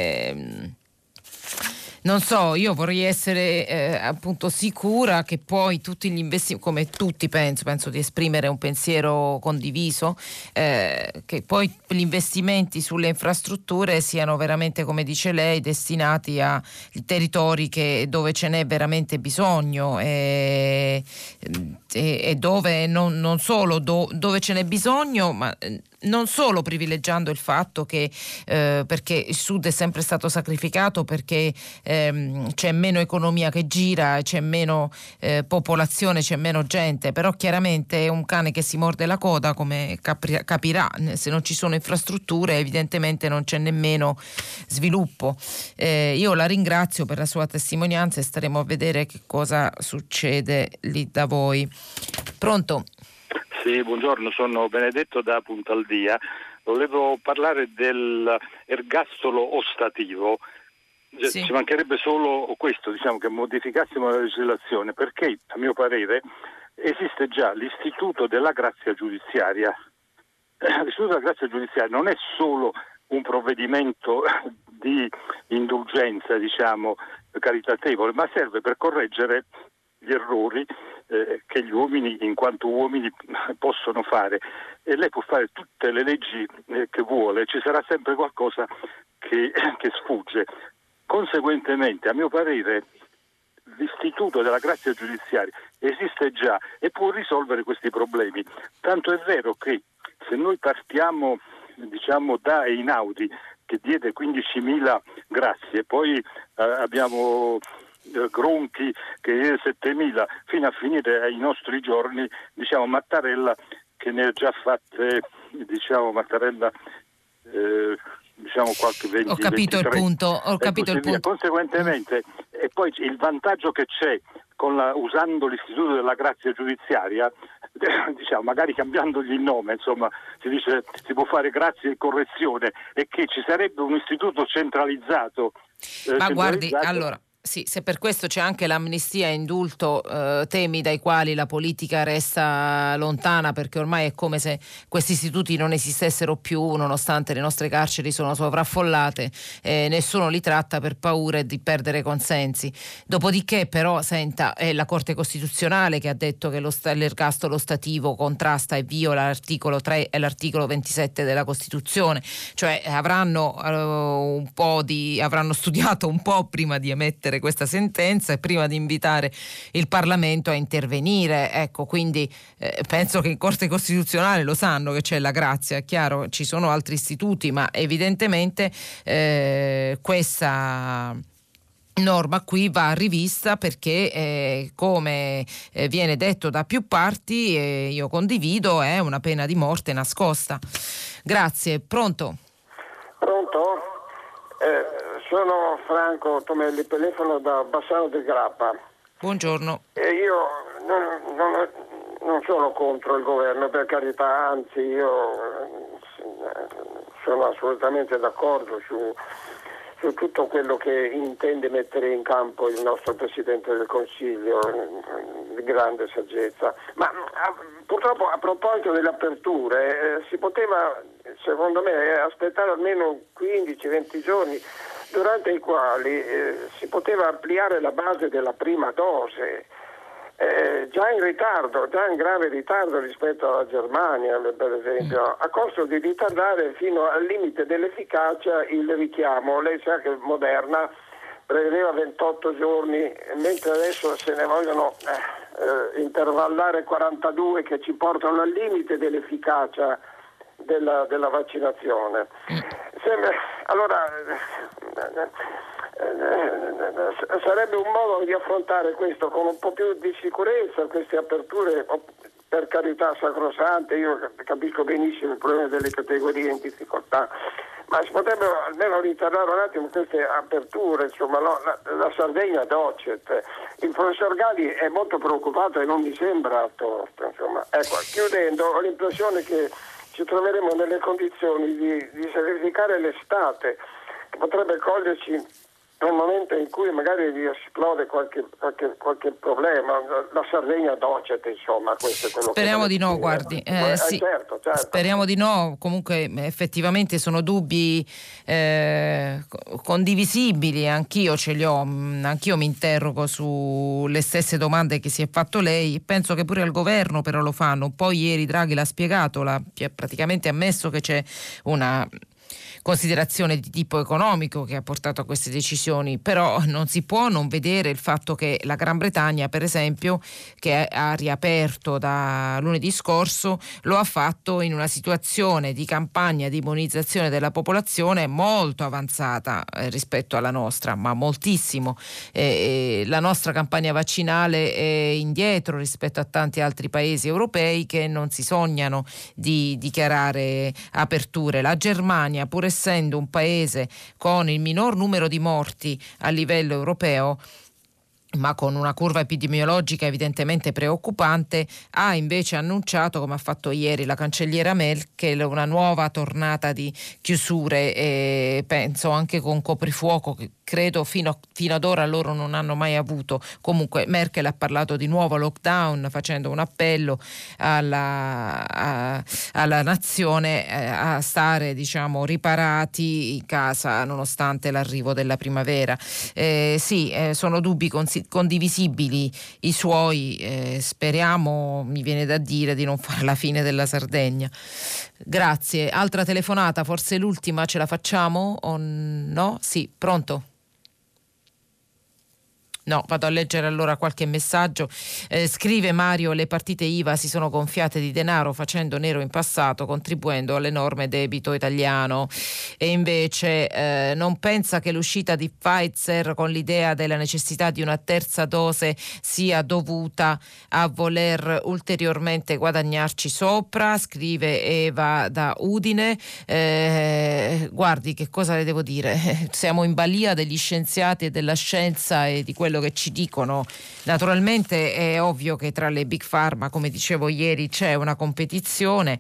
E... Non so, io vorrei essere eh, appunto sicura che poi tutti gli investimenti, come tutti penso, penso di esprimere un pensiero condiviso, eh, che poi gli investimenti sulle infrastrutture siano veramente, come dice lei, destinati a territori che, dove ce n'è veramente bisogno e, e, e dove non, non solo do, dove ce n'è bisogno, ma non solo privilegiando il fatto che eh, perché il sud è sempre stato sacrificato perché ehm, c'è meno economia che gira, c'è meno eh, popolazione, c'è meno gente, però chiaramente è un cane che si morde la coda, come capri- capirà, se non ci sono infrastrutture evidentemente non c'è nemmeno sviluppo. Eh, io la ringrazio per la sua testimonianza e staremo a vedere che cosa succede lì da voi. Pronto? Sì, buongiorno, sono Benedetto da Puntaldia. Volevo parlare dell'ergastolo ostativo. Sì. Ci mancherebbe solo questo, diciamo, che modificassimo la legislazione, perché a mio parere esiste già l'istituto della grazia giudiziaria. L'istituto della grazia giudiziaria non è solo un provvedimento di indulgenza, diciamo, caritatevole, ma serve per correggere gli errori eh, che gli uomini in quanto uomini possono fare, e lei può fare tutte le leggi eh, che vuole, ci sarà sempre qualcosa che, che sfugge. Conseguentemente, a mio parere, l'istituto della grazia giudiziaria esiste già e può risolvere questi problemi, tanto è vero che se noi partiamo, diciamo, da Einaudi che diede quindicimila grazie, poi eh, abbiamo eh, Gronchi che diede settemila, fino a finire ai nostri giorni, diciamo, Mattarella che ne ha già fatte, diciamo, Mattarella eh, diciamo qualche venti. Ho capito il punto, ho capito il punto. Conseguentemente, e poi il vantaggio che c'è con la, usando l'istituto della grazia giudiziaria, diciamo, magari cambiandogli il nome, insomma, si dice si può fare grazia e correzione, e che ci sarebbe un istituto centralizzato. Eh, Ma guardi, allora, sì, se per questo c'è anche l'amnistia e indulto, eh, temi dai quali la politica resta lontana, perché ormai è come se questi istituti non esistessero più, nonostante le nostre carceri sono sovraffollate, eh, nessuno li tratta per paura di perdere consensi. Dopodiché però, senta, è la Corte Costituzionale che ha detto che lo sta- l'ergastolo ostativo contrasta e viola l'articolo tre e l'articolo ventisette della Costituzione, cioè avranno uh, un po' di avranno studiato un po' prima di emettere questa sentenza e prima di invitare il Parlamento a intervenire. Ecco, quindi eh, penso che in Corte Costituzionale lo sanno che c'è la grazia, è chiaro, ci sono altri istituti, ma evidentemente eh, questa norma qui va rivista, perché eh, come eh, viene detto da più parti, e io condivido, è una pena di morte nascosta. Grazie. Pronto? Pronto? Eh, sono Franco Tomelli, telefono da Bassano del Grappa. Buongiorno. E io non, non, non sono contro il governo, per carità, anzi io sono assolutamente d'accordo su, su tutto quello che intende mettere in campo il nostro Presidente del Consiglio, di grande saggezza. Ma a, purtroppo, a proposito delle aperture, eh, si poteva, secondo me, aspettare almeno quindici venti giorni, durante i quali eh, si poteva ampliare la base della prima dose, eh, già in ritardo, già in grave ritardo rispetto alla Germania, per esempio, a costo di ritardare fino al limite dell'efficacia il richiamo. Lei sa che Moderna prevedeva ventotto giorni, mentre adesso se ne vogliono eh, intervallare quarantadue, che ci portano al limite dell'efficacia della, della vaccinazione. Sembra, allora sarebbe un modo di affrontare questo con un po' più di sicurezza, queste aperture, per carità, sacrosante. Io capisco benissimo il problema delle categorie in difficoltà, ma si potrebbero almeno ritardare un attimo queste aperture, insomma, no? la, la Sardegna docet. Il professor Gali è molto preoccupato e non mi sembra torto, insomma. Ecco, chiudendo, ho l'impressione che ci troveremo nelle condizioni di, di sacrificare l'estate, che potrebbe coglierci nel momento in cui magari vi esplode qualche, qualche, qualche problema. La Sardegna docet, insomma, questo è quello. Speriamo che di no, guardi. Eh, eh, sì. certo, certo. Speriamo di no. Comunque effettivamente sono dubbi eh, condivisibili, anch'io ce li ho, anch'io mi interrogo sulle stesse domande che si è fatto lei. Penso che pure al governo però lo fanno. Poi ieri Draghi l'ha spiegato, l'ha praticamente ammesso che c'è una considerazione di tipo economico che ha portato a queste decisioni, però non si può non vedere il fatto che la Gran Bretagna, per esempio, che ha riaperto da lunedì scorso, lo ha fatto in una situazione di campagna di immunizzazione della popolazione molto avanzata eh, rispetto alla nostra, ma moltissimo. Eh, la nostra campagna vaccinale è indietro rispetto a tanti altri paesi europei che non si sognano di dichiarare aperture. La Germania, pur essendo un paese con il minor numero di morti a livello europeo, ma con una curva epidemiologica evidentemente preoccupante, ha invece annunciato, come ha fatto ieri la cancelliera Merkel, una nuova tornata di chiusure, e penso anche con coprifuoco, che credo fino, fino ad ora loro non hanno mai avuto. Comunque Merkel ha parlato di nuovo lockdown, facendo un appello alla, a, alla nazione eh, a stare, diciamo, riparati in casa nonostante l'arrivo della primavera. Eh, sì, eh, sono dubbi consi- condivisibili i suoi, eh, speriamo, mi viene da dire, di non fare la fine della Sardegna. Grazie. Altra telefonata, forse l'ultima, ce la facciamo o no? Sì, pronto? No, vado a leggere allora qualche messaggio. Eh, scrive Mario: le partite I V A si sono gonfiate di denaro facendo nero in passato, contribuendo all'enorme debito italiano. E invece eh, non pensa che l'uscita di Pfizer con l'idea della necessità di una terza dose sia dovuta a voler ulteriormente guadagnarci sopra, scrive Eva da Udine. Eh, guardi, che cosa le devo dire? Siamo in balia degli scienziati e della scienza e di quello che ci dicono. Naturalmente è ovvio che tra le big pharma, come dicevo ieri, c'è una competizione,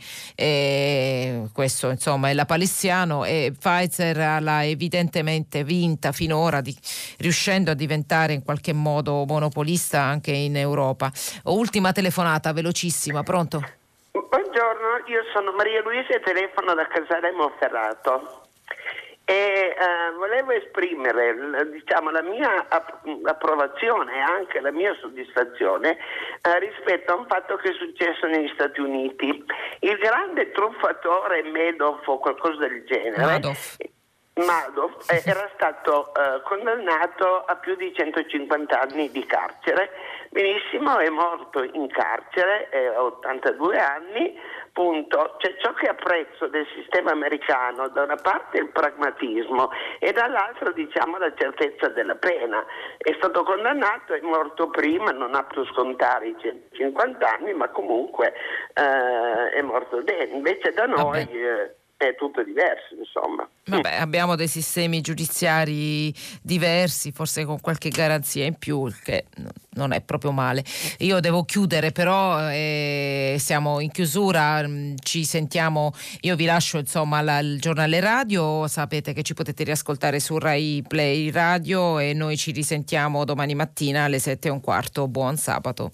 e questo insomma è la palestiano, e Pfizer l'ha evidentemente vinta finora, di, riuscendo a diventare in qualche modo monopolista anche in Europa. Ultima telefonata, velocissima, pronto? Buongiorno, io sono Maria Luisa e telefono da Casale Monferrato. E eh, volevo esprimere, diciamo, la mia app- approvazione e anche la mia soddisfazione eh, rispetto a un fatto che è successo negli Stati Uniti. Il grande truffatore Madoff o qualcosa del genere, Madoff, Madoff eh, era stato eh, condannato a più di centocinquanta anni di carcere. Benissimo, è morto in carcere eh, a ottantadue anni. Punto. Cioè, ciò che apprezzo del sistema americano, da una parte il pragmatismo e dall'altra, diciamo, la certezza della pena. È stato condannato, è morto prima, non ha più scontare i centocinquanta anni, ma comunque eh, è morto bene. Invece da noi eh, è tutto diverso, insomma. Vabbè, abbiamo dei sistemi giudiziari diversi, forse con qualche garanzia in più, che non è proprio male. Io devo chiudere, però eh, siamo in chiusura, ci sentiamo, io vi lascio insomma la, il giornale radio, sapete che ci potete riascoltare su Rai Play Radio, e noi ci risentiamo domani mattina alle sette e un quarto. Buon sabato.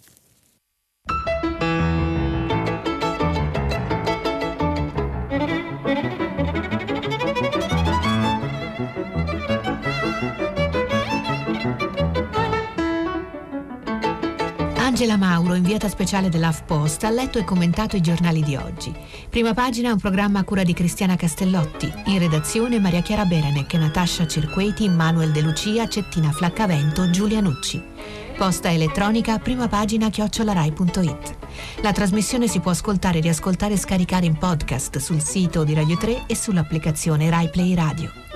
Angela Mauro, inviata speciale dell'HuffPost, ha letto e commentato i giornali di oggi. Prima pagina, un programma a cura di Cristiana Castellotti. In redazione Maria Chiara Berenec, Natascia Cirqueti, Manuel De Lucia, Cettina Flaccavento, Giulia Nucci. Posta elettronica prima pagina chiocciolarai punto it. La trasmissione si può ascoltare, riascoltare e scaricare in podcast sul sito di Radio tre e sull'applicazione Rai Play Radio.